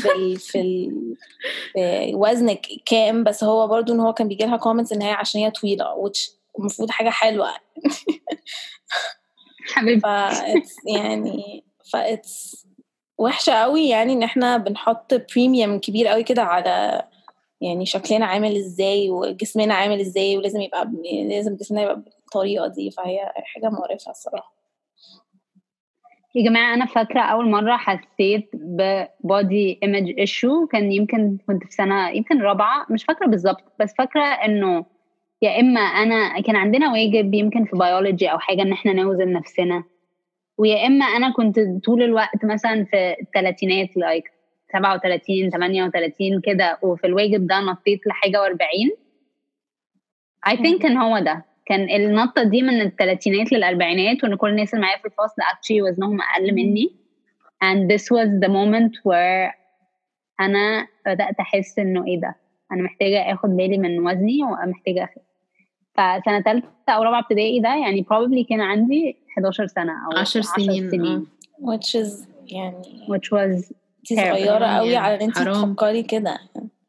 وزنك كام، بس هو برضو ان هو كان بيجي لها كومنتس ان هي عشان هي طويله المفروض حاجه حلوه حبيبتي. يعني وحشة قوي يعني ان احنا بنحط بريميوم كبير قوي كده على يعني شكلنا عامل ازاي وجسمنا عامل ازاي، ولازم يبقى لازم جسمنا يبقى بالطريقة دي، فهي حاجة مقرفة الصراحة. يا جماعة أنا فاكرة أول مرة حسيت ببودي ايمج ايشو كان يمكن كنت في سنة يمكن رابعة، مش فاكرة بالظبط، بس فاكرة إنه يا إما أنا كان عندنا واجب يمكن في بيولوجي أو حاجة إن إحنا نوزن نفسنا، ويا إما أنا كنت طول الوقت مثلا في الثلاثينات لايك 37 38 كده، وفي الواجب ده نطيت لحاجة 40. I think كان هو ده كان النطة دي من الثلاثينات للأربعينات، وإن كل الناس اللي معايا في الفصل actually وزنهم أقل مني. and this was the moment where أنا بدأت أحس إنه إيه ده، أنا محتاجة أخد بالي من وزني ومحتاجة أخد. فسنة ثالثة أو رابعة ابتدائي ده يعني probably كان عندي 11 سنة أو 10 سنين. which is يعني which was صغيرة قوي يعني على ان انتي تفكري كده.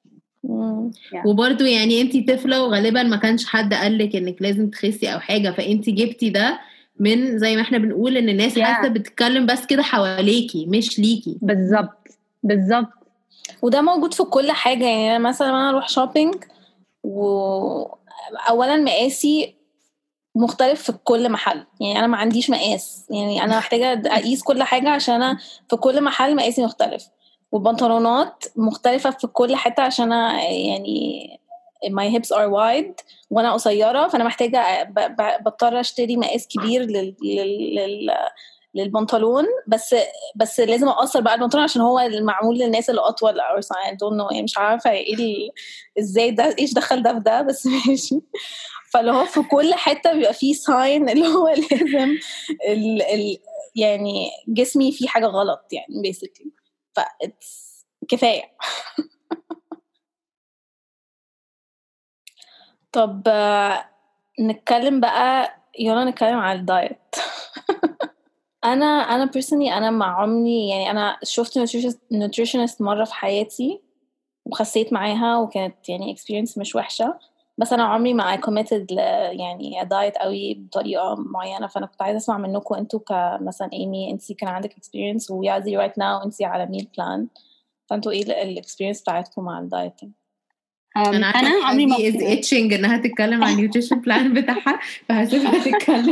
وبرضو يعني انتي طفلة وغالبا ما كانش حد قالك انك لازم تخسي او حاجة، فانتي جبتي ده من زي ما احنا بنقول ان الناس حاسة بتتكلم بس كده حواليكي مش ليكي. بالظبط. وده موجود في كل حاجة. يعني أنا مثلا أنا أروح شوبينج وأولا مقاسي مختلف في كل محل، يعني أنا ما عنديش مقاس، يعني أنا محتاجة أقيس كل حاجة عشان أنا في كل محل مقاسي مختلف، والبنطلونات مختلفة في كل حتة عشان أنا يعني my hips are wide وأنا قصيرة، فأنا محتاجة بضطر أشتري مقاس كبير للبنطلون، بس لازم اقصر بقى البنطلون عشان هو المعمول للناس اللي اطول او I don't know، يعني مش عارفه ايه ازاي ده ايش دخل ده في ده، بس ماشي. فاللي هو في كل حته بيبقى فيه ساين اللي هو لازم يعني جسمي فيه حاجه غلط يعني basically، كفايه. طب نتكلم بقى، يلا نتكلم على الدايت. انا personally انا مع عمري يعني انا شفت nutritionist مره في حياتي وخسيت معاها وكانت يعني experience مش وحشه، بس انا عمري ما committed يعني diet قوي بطريقه معينه. فانا كنت عايزه اسمع منكم انتوا كمثلا ايمي، انتي كان عندك experience ويازي right now انتي على meal plan، فانتوا ايه الاكسبيرينس بتاعتكم مع الدايت؟ انا عمري ما is itching انها تتكلم عن النيوتريشن بلان بتاعها، فهسيبها تتكلم.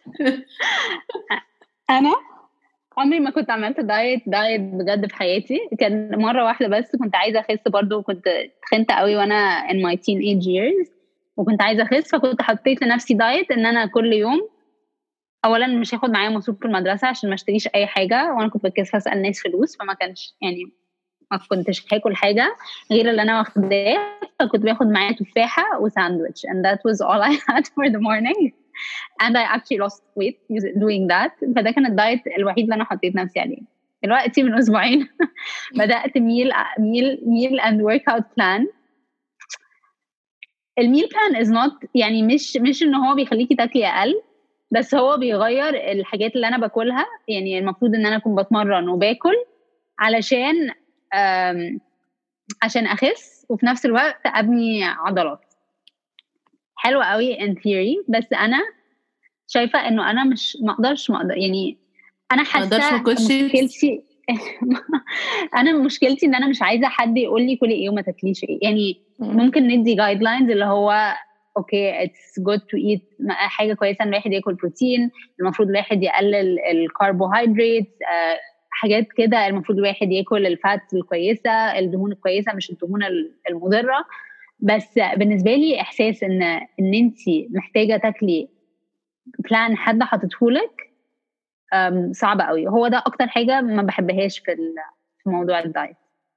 انا عمري ما كنت عملت دايت بجد في حياتي، كان مره واحده بس كنت عايزه اخس برضو، وكنت تخنت قوي وانا in my teenage years وكنت عايزه اخس، فكنت حطيت لنفسي دايت ان انا كل يوم اولا مش هاخد معايا مصروف في المدرسه عشان ما اشتريش اي حاجه، وانا كنت بتكسف اسال الناس فلوس، فما كانش يعني ما كنتش هاكل حاجه غير اللي انا واخداه، فكنت باخد معايا تفاحه وساندويتش and that was all I had for the morning and I actually lost weight doing that. فده كان الدايت الوحيد اللي انا حطيت نفسي عليه. دلوقتي من اسبوعين بدات meal and workout plan. الميل بلان is not يعني مش ان هو بيخليكي تاكلي اقل، بس هو بيغير الحاجات اللي انا باكلها. يعني المفروض ان انا اكون بتمرن وباكل عشان اخس وفي نفس الوقت ابني عضلات. حلوه قوي in theory، بس انا شايفه انه انا ما اقدر يعني انا حاسه مشكلتي انا مشكلتي ان انا مش عايزه حد يقول لي كلي ايه وما تاكليش ايه. يعني ممكن ندي جايد لاينز اللي هو اوكي اتس جود تو ايت، حاجه كويسه ان الواحد ياكل بروتين، المفروض الواحد يقلل الكربوهيدرات، حاجات كده، المفروض الواحد ياكل الفاتس الكويسه، الدهون الكويسه مش الدهون المضره. بس بالنسبه لي احساس ان انت محتاجه تاكلي بلان حد حاططهولك صعب قوي. هو ده اكتر حاجه ما بحبهاش في موضوع الدايت.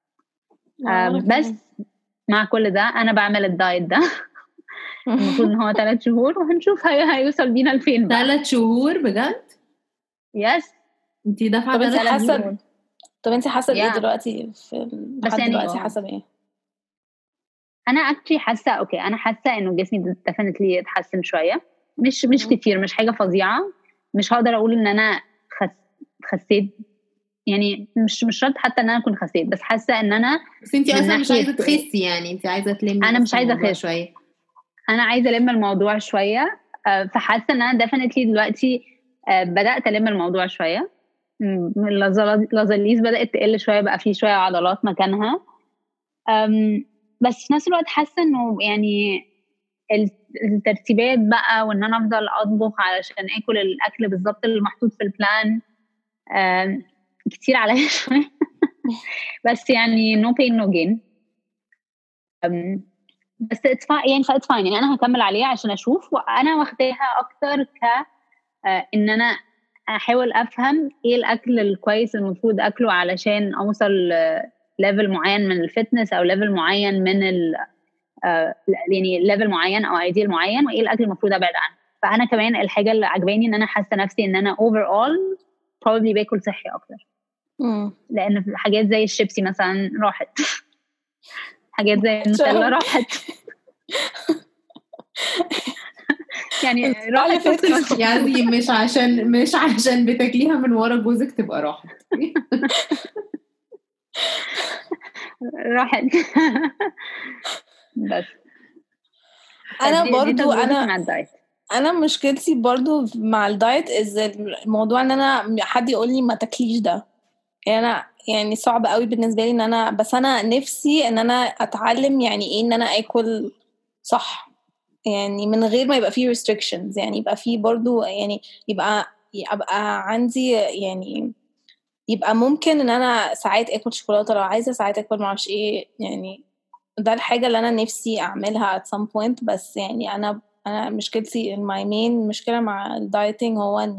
بس مع كل ده انا بعمل الدايت ده المفروض ان هو 3 شهور وهنشوف هيوصل بينا لفين بقى. 3 شهور بجد؟ يس. انتي دافعه 3 شهور؟ طب انتي حاسه ايه دلوقتي بس يعني دلوقتي حاسه ايه؟ انا اكتشلي حاسه اوكي، انا حاسه انه جسمي ديفينتلي اتحسن شويه، مش كتير، مش حاجه فظيعه، مش هقدر اقول ان انا خسيت يعني، مش شرط حتى ان انا اكون خسيت، بس حاسه ان انا بس انتي اصلا مش عايزه تخسي، يعني انتي عايزه تلمي. انا مش عايزه اخس شويه، انا عايزه الم الموضوع شويه. فحاسه ان انا ديفينتلي دلوقتي بدات الم الموضوع شويه، اللازاليز بدأت تقل شوية، بقى فيه شوية عضلات مكانها. بس في نفس الوقت حاسة انه يعني الترتيبات بقى، وان انا افضل اطبخ علشان اكل الاكل بالظبط اللي محطوط في البلان كتير عليا شوية. بس يعني no pain no gain. بس it's fine يعني انا هكمل عليه عشان اشوف، وانا واخداها اكتر ان انا احاول افهم ايه الاكل الكويس المفروض اكله علشان اوصل ليفل معين من الفتنس، او ليفل معين من يعني ليفل معين او ايديال معين، وايه الاكل المفروض ابعد عنه. فانا كمان الحاجه اللي عجباني ان انا حاسه نفسي ان انا overall probably باكل صحي اكتر. لان حاجات زي الشيبسي مثلا راحت، حاجات زي النوتيلا راحت. يعني راحت يعني مش عشان بتاكليها من ورا جوزك تبقى راحت. راحت. بس انا برضو انا مشكلتي برضو مع الدايت الموضوع ان انا حد يقول لي ما تاكليش ده، يعني صعب قوي بالنسبه لي ان انا، بس انا نفسي ان انا اتعلم يعني ايه ان انا اكل صح، يعني من غير ما يبقى فيه restrictions، يعني يبقى فيه برضو يعني يبقى عندي يعني يبقى ممكن ان انا ساعات اكل شوكولاته لو عايزه، ساعات اكل معرفش ايه، يعني ده الحاجه اللي انا نفسي اعملها at some point. بس يعني انا مشكلتي my main مشكله مع الدايتنج هو ان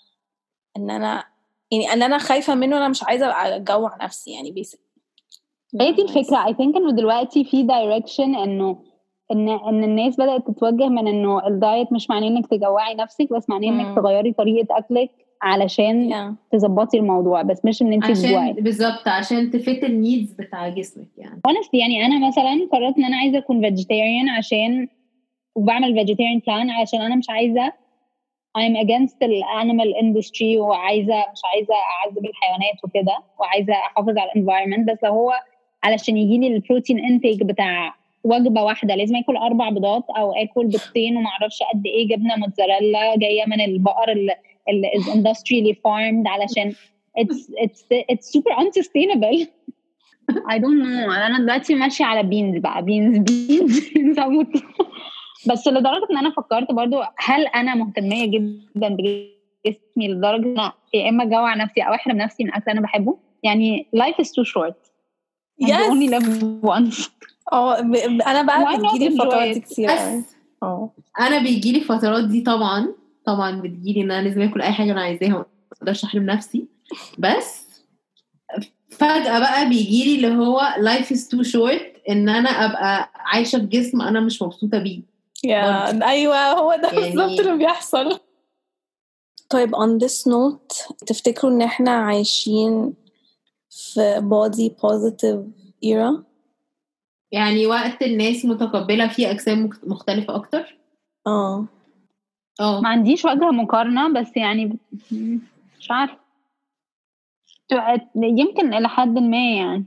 انا خايفه منه، انا مش عايزه اجوع نفسي يعني هي دي الفكره. I think انه دلوقتي في direction انه ان الناس بدات تتوجه من انه الدايت مش معناه انك تجوعي نفسك، بس معناه انك تغيري طريقه اكلك علشان تظبطي الموضوع، بس مش ان انت تجوعي. بالظبط عشان تفيت النيدز بتاع جسمك. يعني honestly يعني انا مثلا قررت ان انا عايزه اكون vegetarian عشان، وبعمل vegetarian plan عشان انا مش عايزه I'm against the animal industry، مش عايزه اعذب الحيوانات وكده، وعايزه احافظ على الانفايرمنت. بس لو هو علشان يجي لي البروتين انتيك بتاع وجبه واحده لازم اكل 4 بيضات، او اكل بيضتين وما اعرفش قد ايه جبنه موتزاريلا جايه من البقر اللي is industrially farmed، علشان it's super unsustainable. I don't know. انا دلوقتي ماشيه على بينز بقى، بينز اموت. بس لدرجه ان انا فكرت برضو هل انا مهتميه جدا بجسمي لدرجه ان يا اما اجوع نفسي او احرم نفسي من اكل انا بحبه. يعني life is too short and you only live once. انا بقى بتجيلي فترات دي كتير. انا بيجيلي فترات دي طبعا بتجيلي ان انا لازم اكل اي حاجه انا عايزاها، ما اقدرش احرم نفسي. بس فجأة بقى بيجيلي اللي هو life is too short ان انا ابقى عايشه في جسم انا مش مبسوطه بيه. ايوه هو ده بالظبط اللي بيحصل. طيب on this note، تفتكروا ان احنا عايشين في body positive era؟ يعني وقت الناس متقبله فيه اجسام مختلفه اكتر. ما عنديش وجه مقارنه، بس يعني مش عارف، يمكن الى حد ما. يعني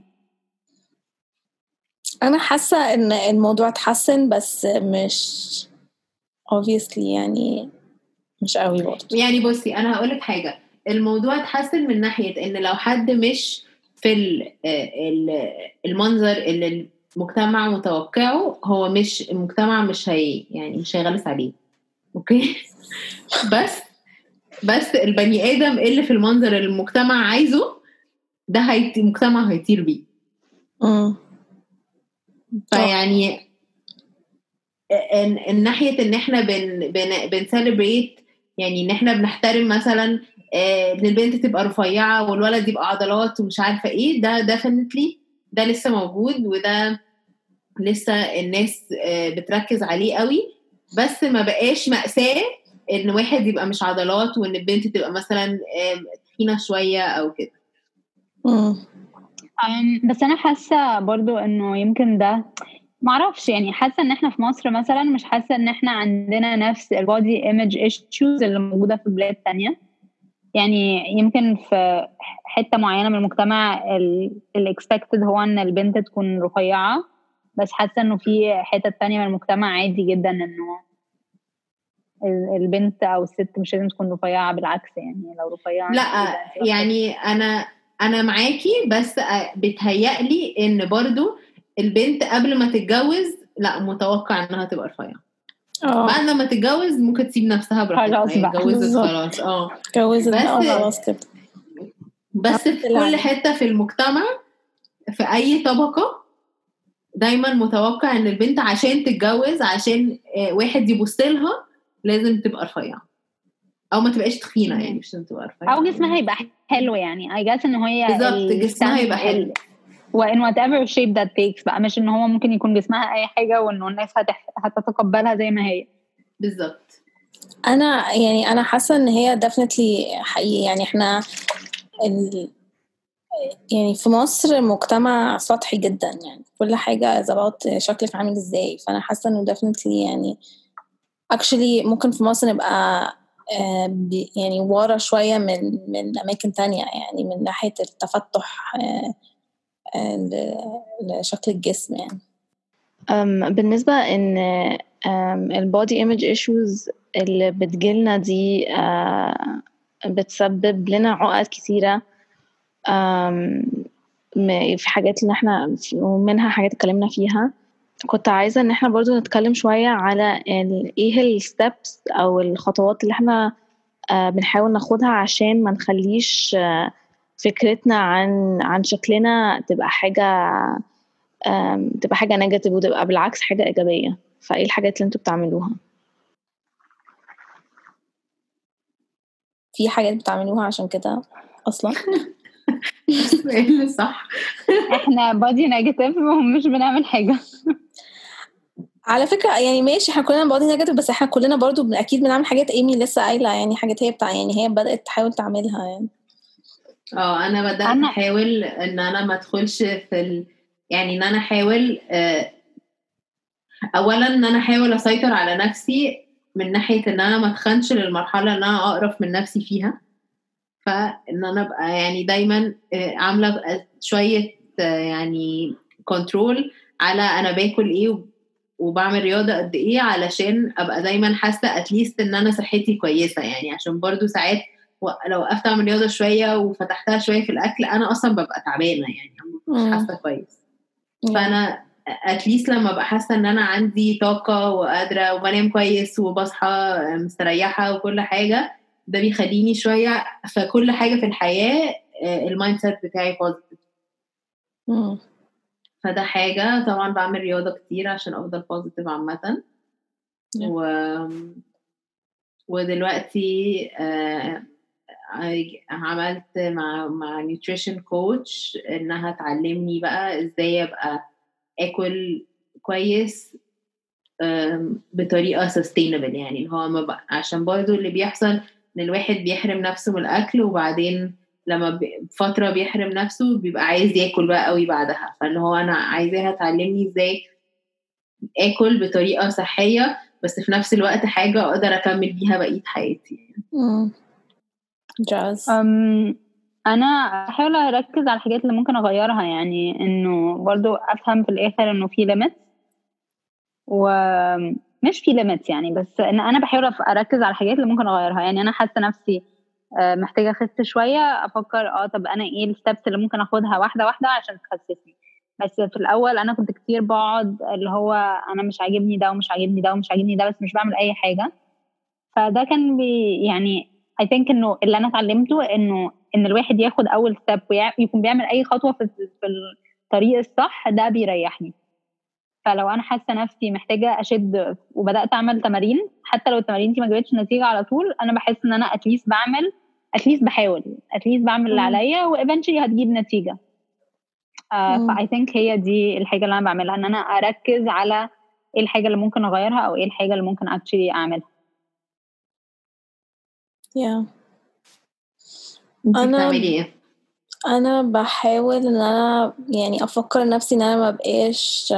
انا حاسه ان الموضوع اتحسن، بس مش obviously يعني مش قوي برضه. يعني بصي انا هقولك حاجه، الموضوع اتحسن من ناحيه ان لو حد مش في المنظر اللي المجتمع متوقعه، هو مش المجتمع مش هيغلس عليه. اوكي. بس البني ادم اللي في المنظر اللي المجتمع عايزه ده المجتمع هيطير بيه. فيعني الناحيه ان احنا بنسليبريت، يعني ان احنا بنحترم مثلا ان البنت تبقى رفيعه والولد يبقى عضلات ومش عارفه ايه، ده definitely ده لسه موجود، وده لسه الناس بتركز عليه قوي. بس ما بقاش مأساة ان واحد يبقى مش عضلات وان البنت تبقى مثلا تخينه شويه او كده. بس انا حاسه برضو انه يمكن ده معرفش، يعني حاسه ان احنا في مصر مثلا مش حاسه ان احنا عندنا نفس البودي ايمج ايشوز اللي موجوده في بلاد تانية. يعني يمكن في حته معينه من المجتمع الاكسبكتد هو ان البنت تكون رفيعه، بس حاسه انه في حته تانية من المجتمع عادي جدا البنت او الست مش لازم تكون رفيعه، بالعكس يعني لو رفيعه لا يعني انا معاكي، بس بتهيألي ان برضو البنت قبل ما تتجوز لا متوقع انها تبقى رفيعه. بعد ما تتجوز ممكن تسيب نفسها براحتها، هي اتجوزت خلاص. اتجوزت خلاص كده. بس في كل حته في المجتمع في اي طبقه دايما متوقع ان البنت عشان تتجوز، عشان واحد يبص لها، لازم تبقى رفيعه او ما تبقاش تخينه، يعني مش لازم تبقى رفيعه او جسمها يبقى حلو. يعني I guess ان هي بالظبط جسمها يبقى حلو وإن whatever shape that takes بقى، مش إن هو ممكن يكون جسمها أي حاجة وإنه الناس هتتقبلها زي ما هي. بالظبط. أنا حاسة إن هي definitely حقيقي. يعني إحنا يعني في مصر مجتمع سطحي جدا، يعني كل حاجة زبط شكلك عامل إزاي. فأنا حاسة إنه definitely يعني actually ممكن في مصر نبقى يعني ورا شوية من أماكن تانية، يعني من ناحية التفتح لشكل الجسم. يعني بالنسبة إن البودي ايمج ايشوز اللي بتجيلنا دي بتسبب لنا عقد كثيرة في حاجات اللي احنا ومنها حاجات اتكلمنا فيها. كنت عايزة ان احنا برضو نتكلم شوية على ايه الستبس او الخطوات اللي احنا بنحاول ناخدها عشان ما نخليش فكرتنا عن شكلنا تبقى حاجة نيجاتيف، وتبقى بالعكس حاجة إيجابية. فإيه الحاجات اللي انتوا بتعملوها؟ في حاجات بتعملوها عشان كده أصلا؟ صح. احنا بادي نيجاتيف ومش بنعمل حاجة. على فكرة يعني ماشي، احنا كلنا بادي نيجاتيف، بس احنا كلنا برضو أكيد بنعمل حاجات. إيمي لسه قايلة يعني حاجات هي يعني هي بدأت تحاول تعملها. يعني أنا بدأت أحاول إن أنا ما أدخلش يعني إن أنا أحاول أولا إن أنا أحاول أسيطر على نفسي من ناحية إن أنا ما أتخنش للمرحلة إن أنا أقرف من نفسي فيها. فإن أنا أبقى يعني دايما عاملة شوية يعني كنترول على أنا باكل إيه وبعمل رياضة قد إيه، علشان أبقى دايما حاسة أتليست إن أنا صحتي كويسة. يعني عشان برضو ساعات لو وقفت أعمل رياضة شوية وفتحتها شوية في الأكل أنا أصلا ببقى تعبانة، يعني مش حاسة كويس. فأنا أتليست لما أبقى حاسة إن أنا عندي طاقة وقادرة وبنام كويس وبصحى مستريحة وكل حاجة، ده بيخليني شوية في كل حاجة في الحياة المايند سيت بتاعي بوزيتيف. فده حاجة. طبعا بعمل رياضة كتير عشان أفضل بوزيتيف عامة. ودلوقتي عملت مع نيوتريشن كوتش إنها تعلمني بقى إزاي أبقى أكل كويس بطريقة sustainable. يعني هو ما بقى عشان برضو اللي بيحصل إن الواحد بيحرم نفسه من الأكل، وبعدين لما فترة بيحرم نفسه بيبقى عايز يأكل بقى قوي بعدها. فاللي هو أنا عايزاها تعلمني إزاي أكل بطريقة صحية بس في نفس الوقت حاجة أقدر أكمل بيها بقية حياتي. جاز. أنا أحاول أركز على الحاجات اللي ممكن أغيرها، يعني إنه برضو أفهم في الآخر إنه في limits ومش في limits يعني، بس إن أنا بحاول أركز على الحاجات اللي ممكن أغيرها. يعني أنا حاسة نفسي محتاجة أخس شوية، أفكر طب أنا إيه الستبس اللي ممكن أخدها واحدة واحدة عشان تخسسني. بس في الأول أنا كنت كتير بقعد اللي هو أنا مش عاجبني ده ومش عاجبني ده ومش عاجبني ده، بس مش بعمل أي حاجة. فده كان يعني I think إنه اللي أنا اتعلمته إن الواحد ياخد أول ستيب ويكون بيعمل أي خطوة في الطريق الصح، ده بيريحني. فلو أنا حاسة نفسي محتاجة أشد وبدأت أعمل تمارين، حتى لو التمارين دي ما جابتش نتيجة على طول، أنا بحس إن أنا بحاول بعمل اللي عليا وإيفنتشلي هتجيب نتيجة. فاي ثينك هي دي الحاجة اللي أنا بعملها، إن أنا أركز على إيه الحاجة اللي ممكن أغيرها أو إيه الحاجة اللي ممكن actually أعملها. أنا بحاول إن أنا يعني أفكر نفسي إن أنا ما بقاش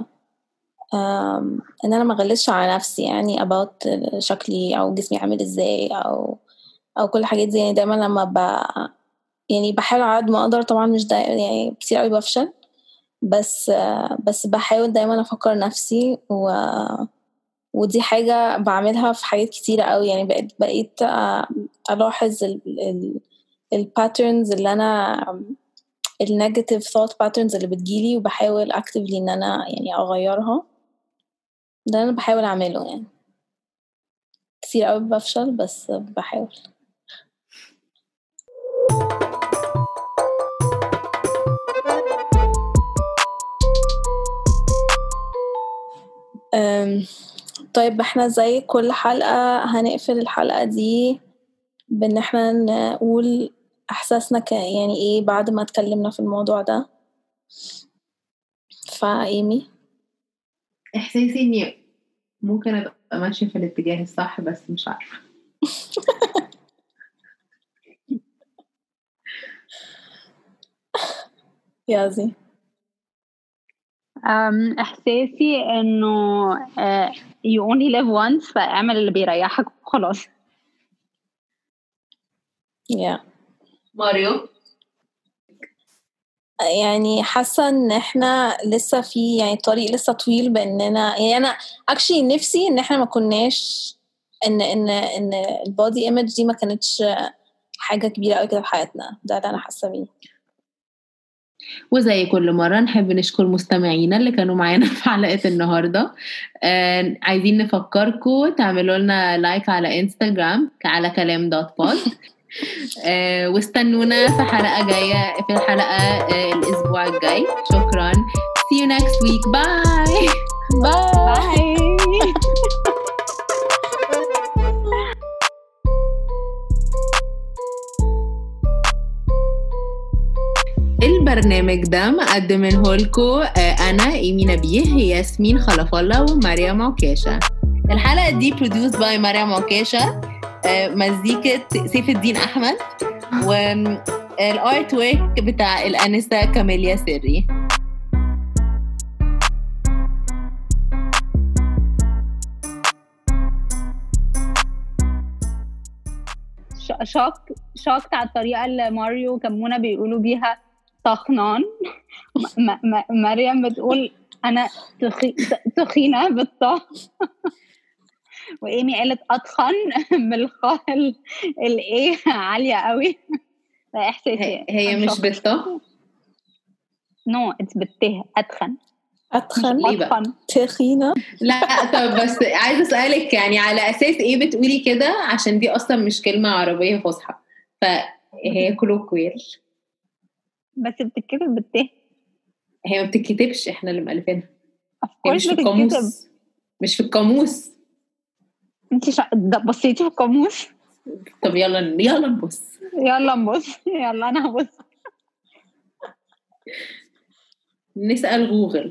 إن أنا ما غلسش على نفسي يعني about شكلي أو جسمي عامل إزاي أو كل الحاجات دي. يعني دايما لما يعني بحاول على قد ما أقدر، طبعا مش دايما يعني كتير قوي بفشل، بس بحاول دايما أفكر نفسي ودي حاجة بعملها في حاجات كتيرة قوي. يعني بقيت ألاحظ الباترنز اللي أنا النيجاتيف ثوت باترنز اللي بتجيلي، وبحاول اكتفلي ان انا يعني اغيرها. ده انا بحاول اعمله، يعني كتير قوي بفشل بس بحاول. طيب احنا زي كل حلقة هنقفل الحلقة دي بان احنا نقول احساسنا يعني ايه بعد ما اتكلمنا في الموضوع ده. فايمي، احساسي اني ممكن ابقى ماشيه في الاتجاه الصح بس مش عارفه. يازي، احساسي انه you only live once، فاعمل اللي بيريحك وخلاص. ماريو، يعني حاسه ان احنا لسه في يعني الطريق لسه طويل باننا يعني انا اكشلي نفسي ان احنا ما كناش ان البودي ايمج دي ما كانتش حاجه كبيره قوي كده في حياتنا. ده انا حاسه بيه. وزي كل مرة نحب نشكر مستمعينا اللي كانوا معانا في حلقة النهاردة. عايزين نفكركم تعملوا لنا لايك على انستغرام على كلام.pod، واستنونا في حلقة جاية في الحلقة الأسبوع الجاي. شكرا. See you next week. Bye. Bye. البرنامج ده مقدمينه لكم أنا إيمي نبيه، ياسمين خلف الله، ومريم عكاشة. الحلقة دي produced by مريم عكاشة، مزيكة سيف الدين أحمد، والارت وورك بتاع الأنسة كاميليا سري. شاكت على الطريقة اللي ماريو وكمونة بيقولوا بيها طخنان. مريم بتقول أنا تخينة بالطه، وإيمي قالت أطخن بالخاء الإيه عالية قوي. إحساسي هي مش بالطه، نو اتس بالته. أتخن ليه بقى تخينة؟ لا طب بس عايزة أسألك يعني على أساس إيه بتقولي كده؟ عشان دي أصلا مش كلمة عربية فصحى، فهي كولوكويل بس بتتكتب بالته. هي ما بتتكتبش، احنا اللي مألفينها. هي مش في القاموس. مش في القاموس. انت بصيتي في القاموس؟ طب يلا نبص. يلا انا هبص. نسأل جوجل.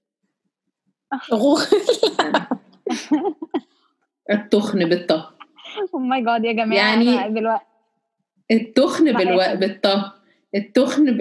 التخن بالطه. او ماي جاد يا جماعه، يعني دلوقتي التخن بالطه. التخن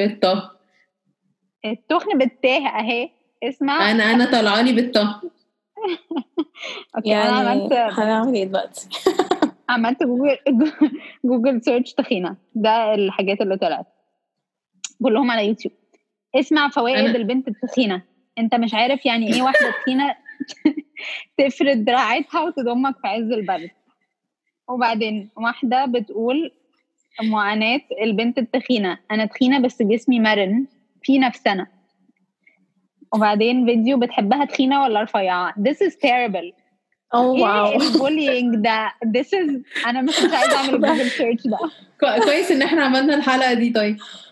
بالتاه اهي. اسمع، انا طلعاني بالطه. اوكي يعني انا عملت هنعمل ايه دلوقتي؟ عملت جوجل سيرش تخينه. ده الحاجات اللي طلعت كلهم على يوتيوب. اسمع فوائد البنت التخينه. انت مش عارف يعني ايه واحده تخينه تفرد دراعتها وتضمك في عز البرد. وبعدين واحده بتقول معاناة البنت التخينة. أنا تخينة بس جسمي مرن في نفسنا. وبعدين فيديو بتحبها تخينة ولا رفيعة. This is terrible. واو، البولينج ده أنا مش عايزة أعمل جوجل سيرش ده. كويس إن احنا عملنا الحلقة دي. طيب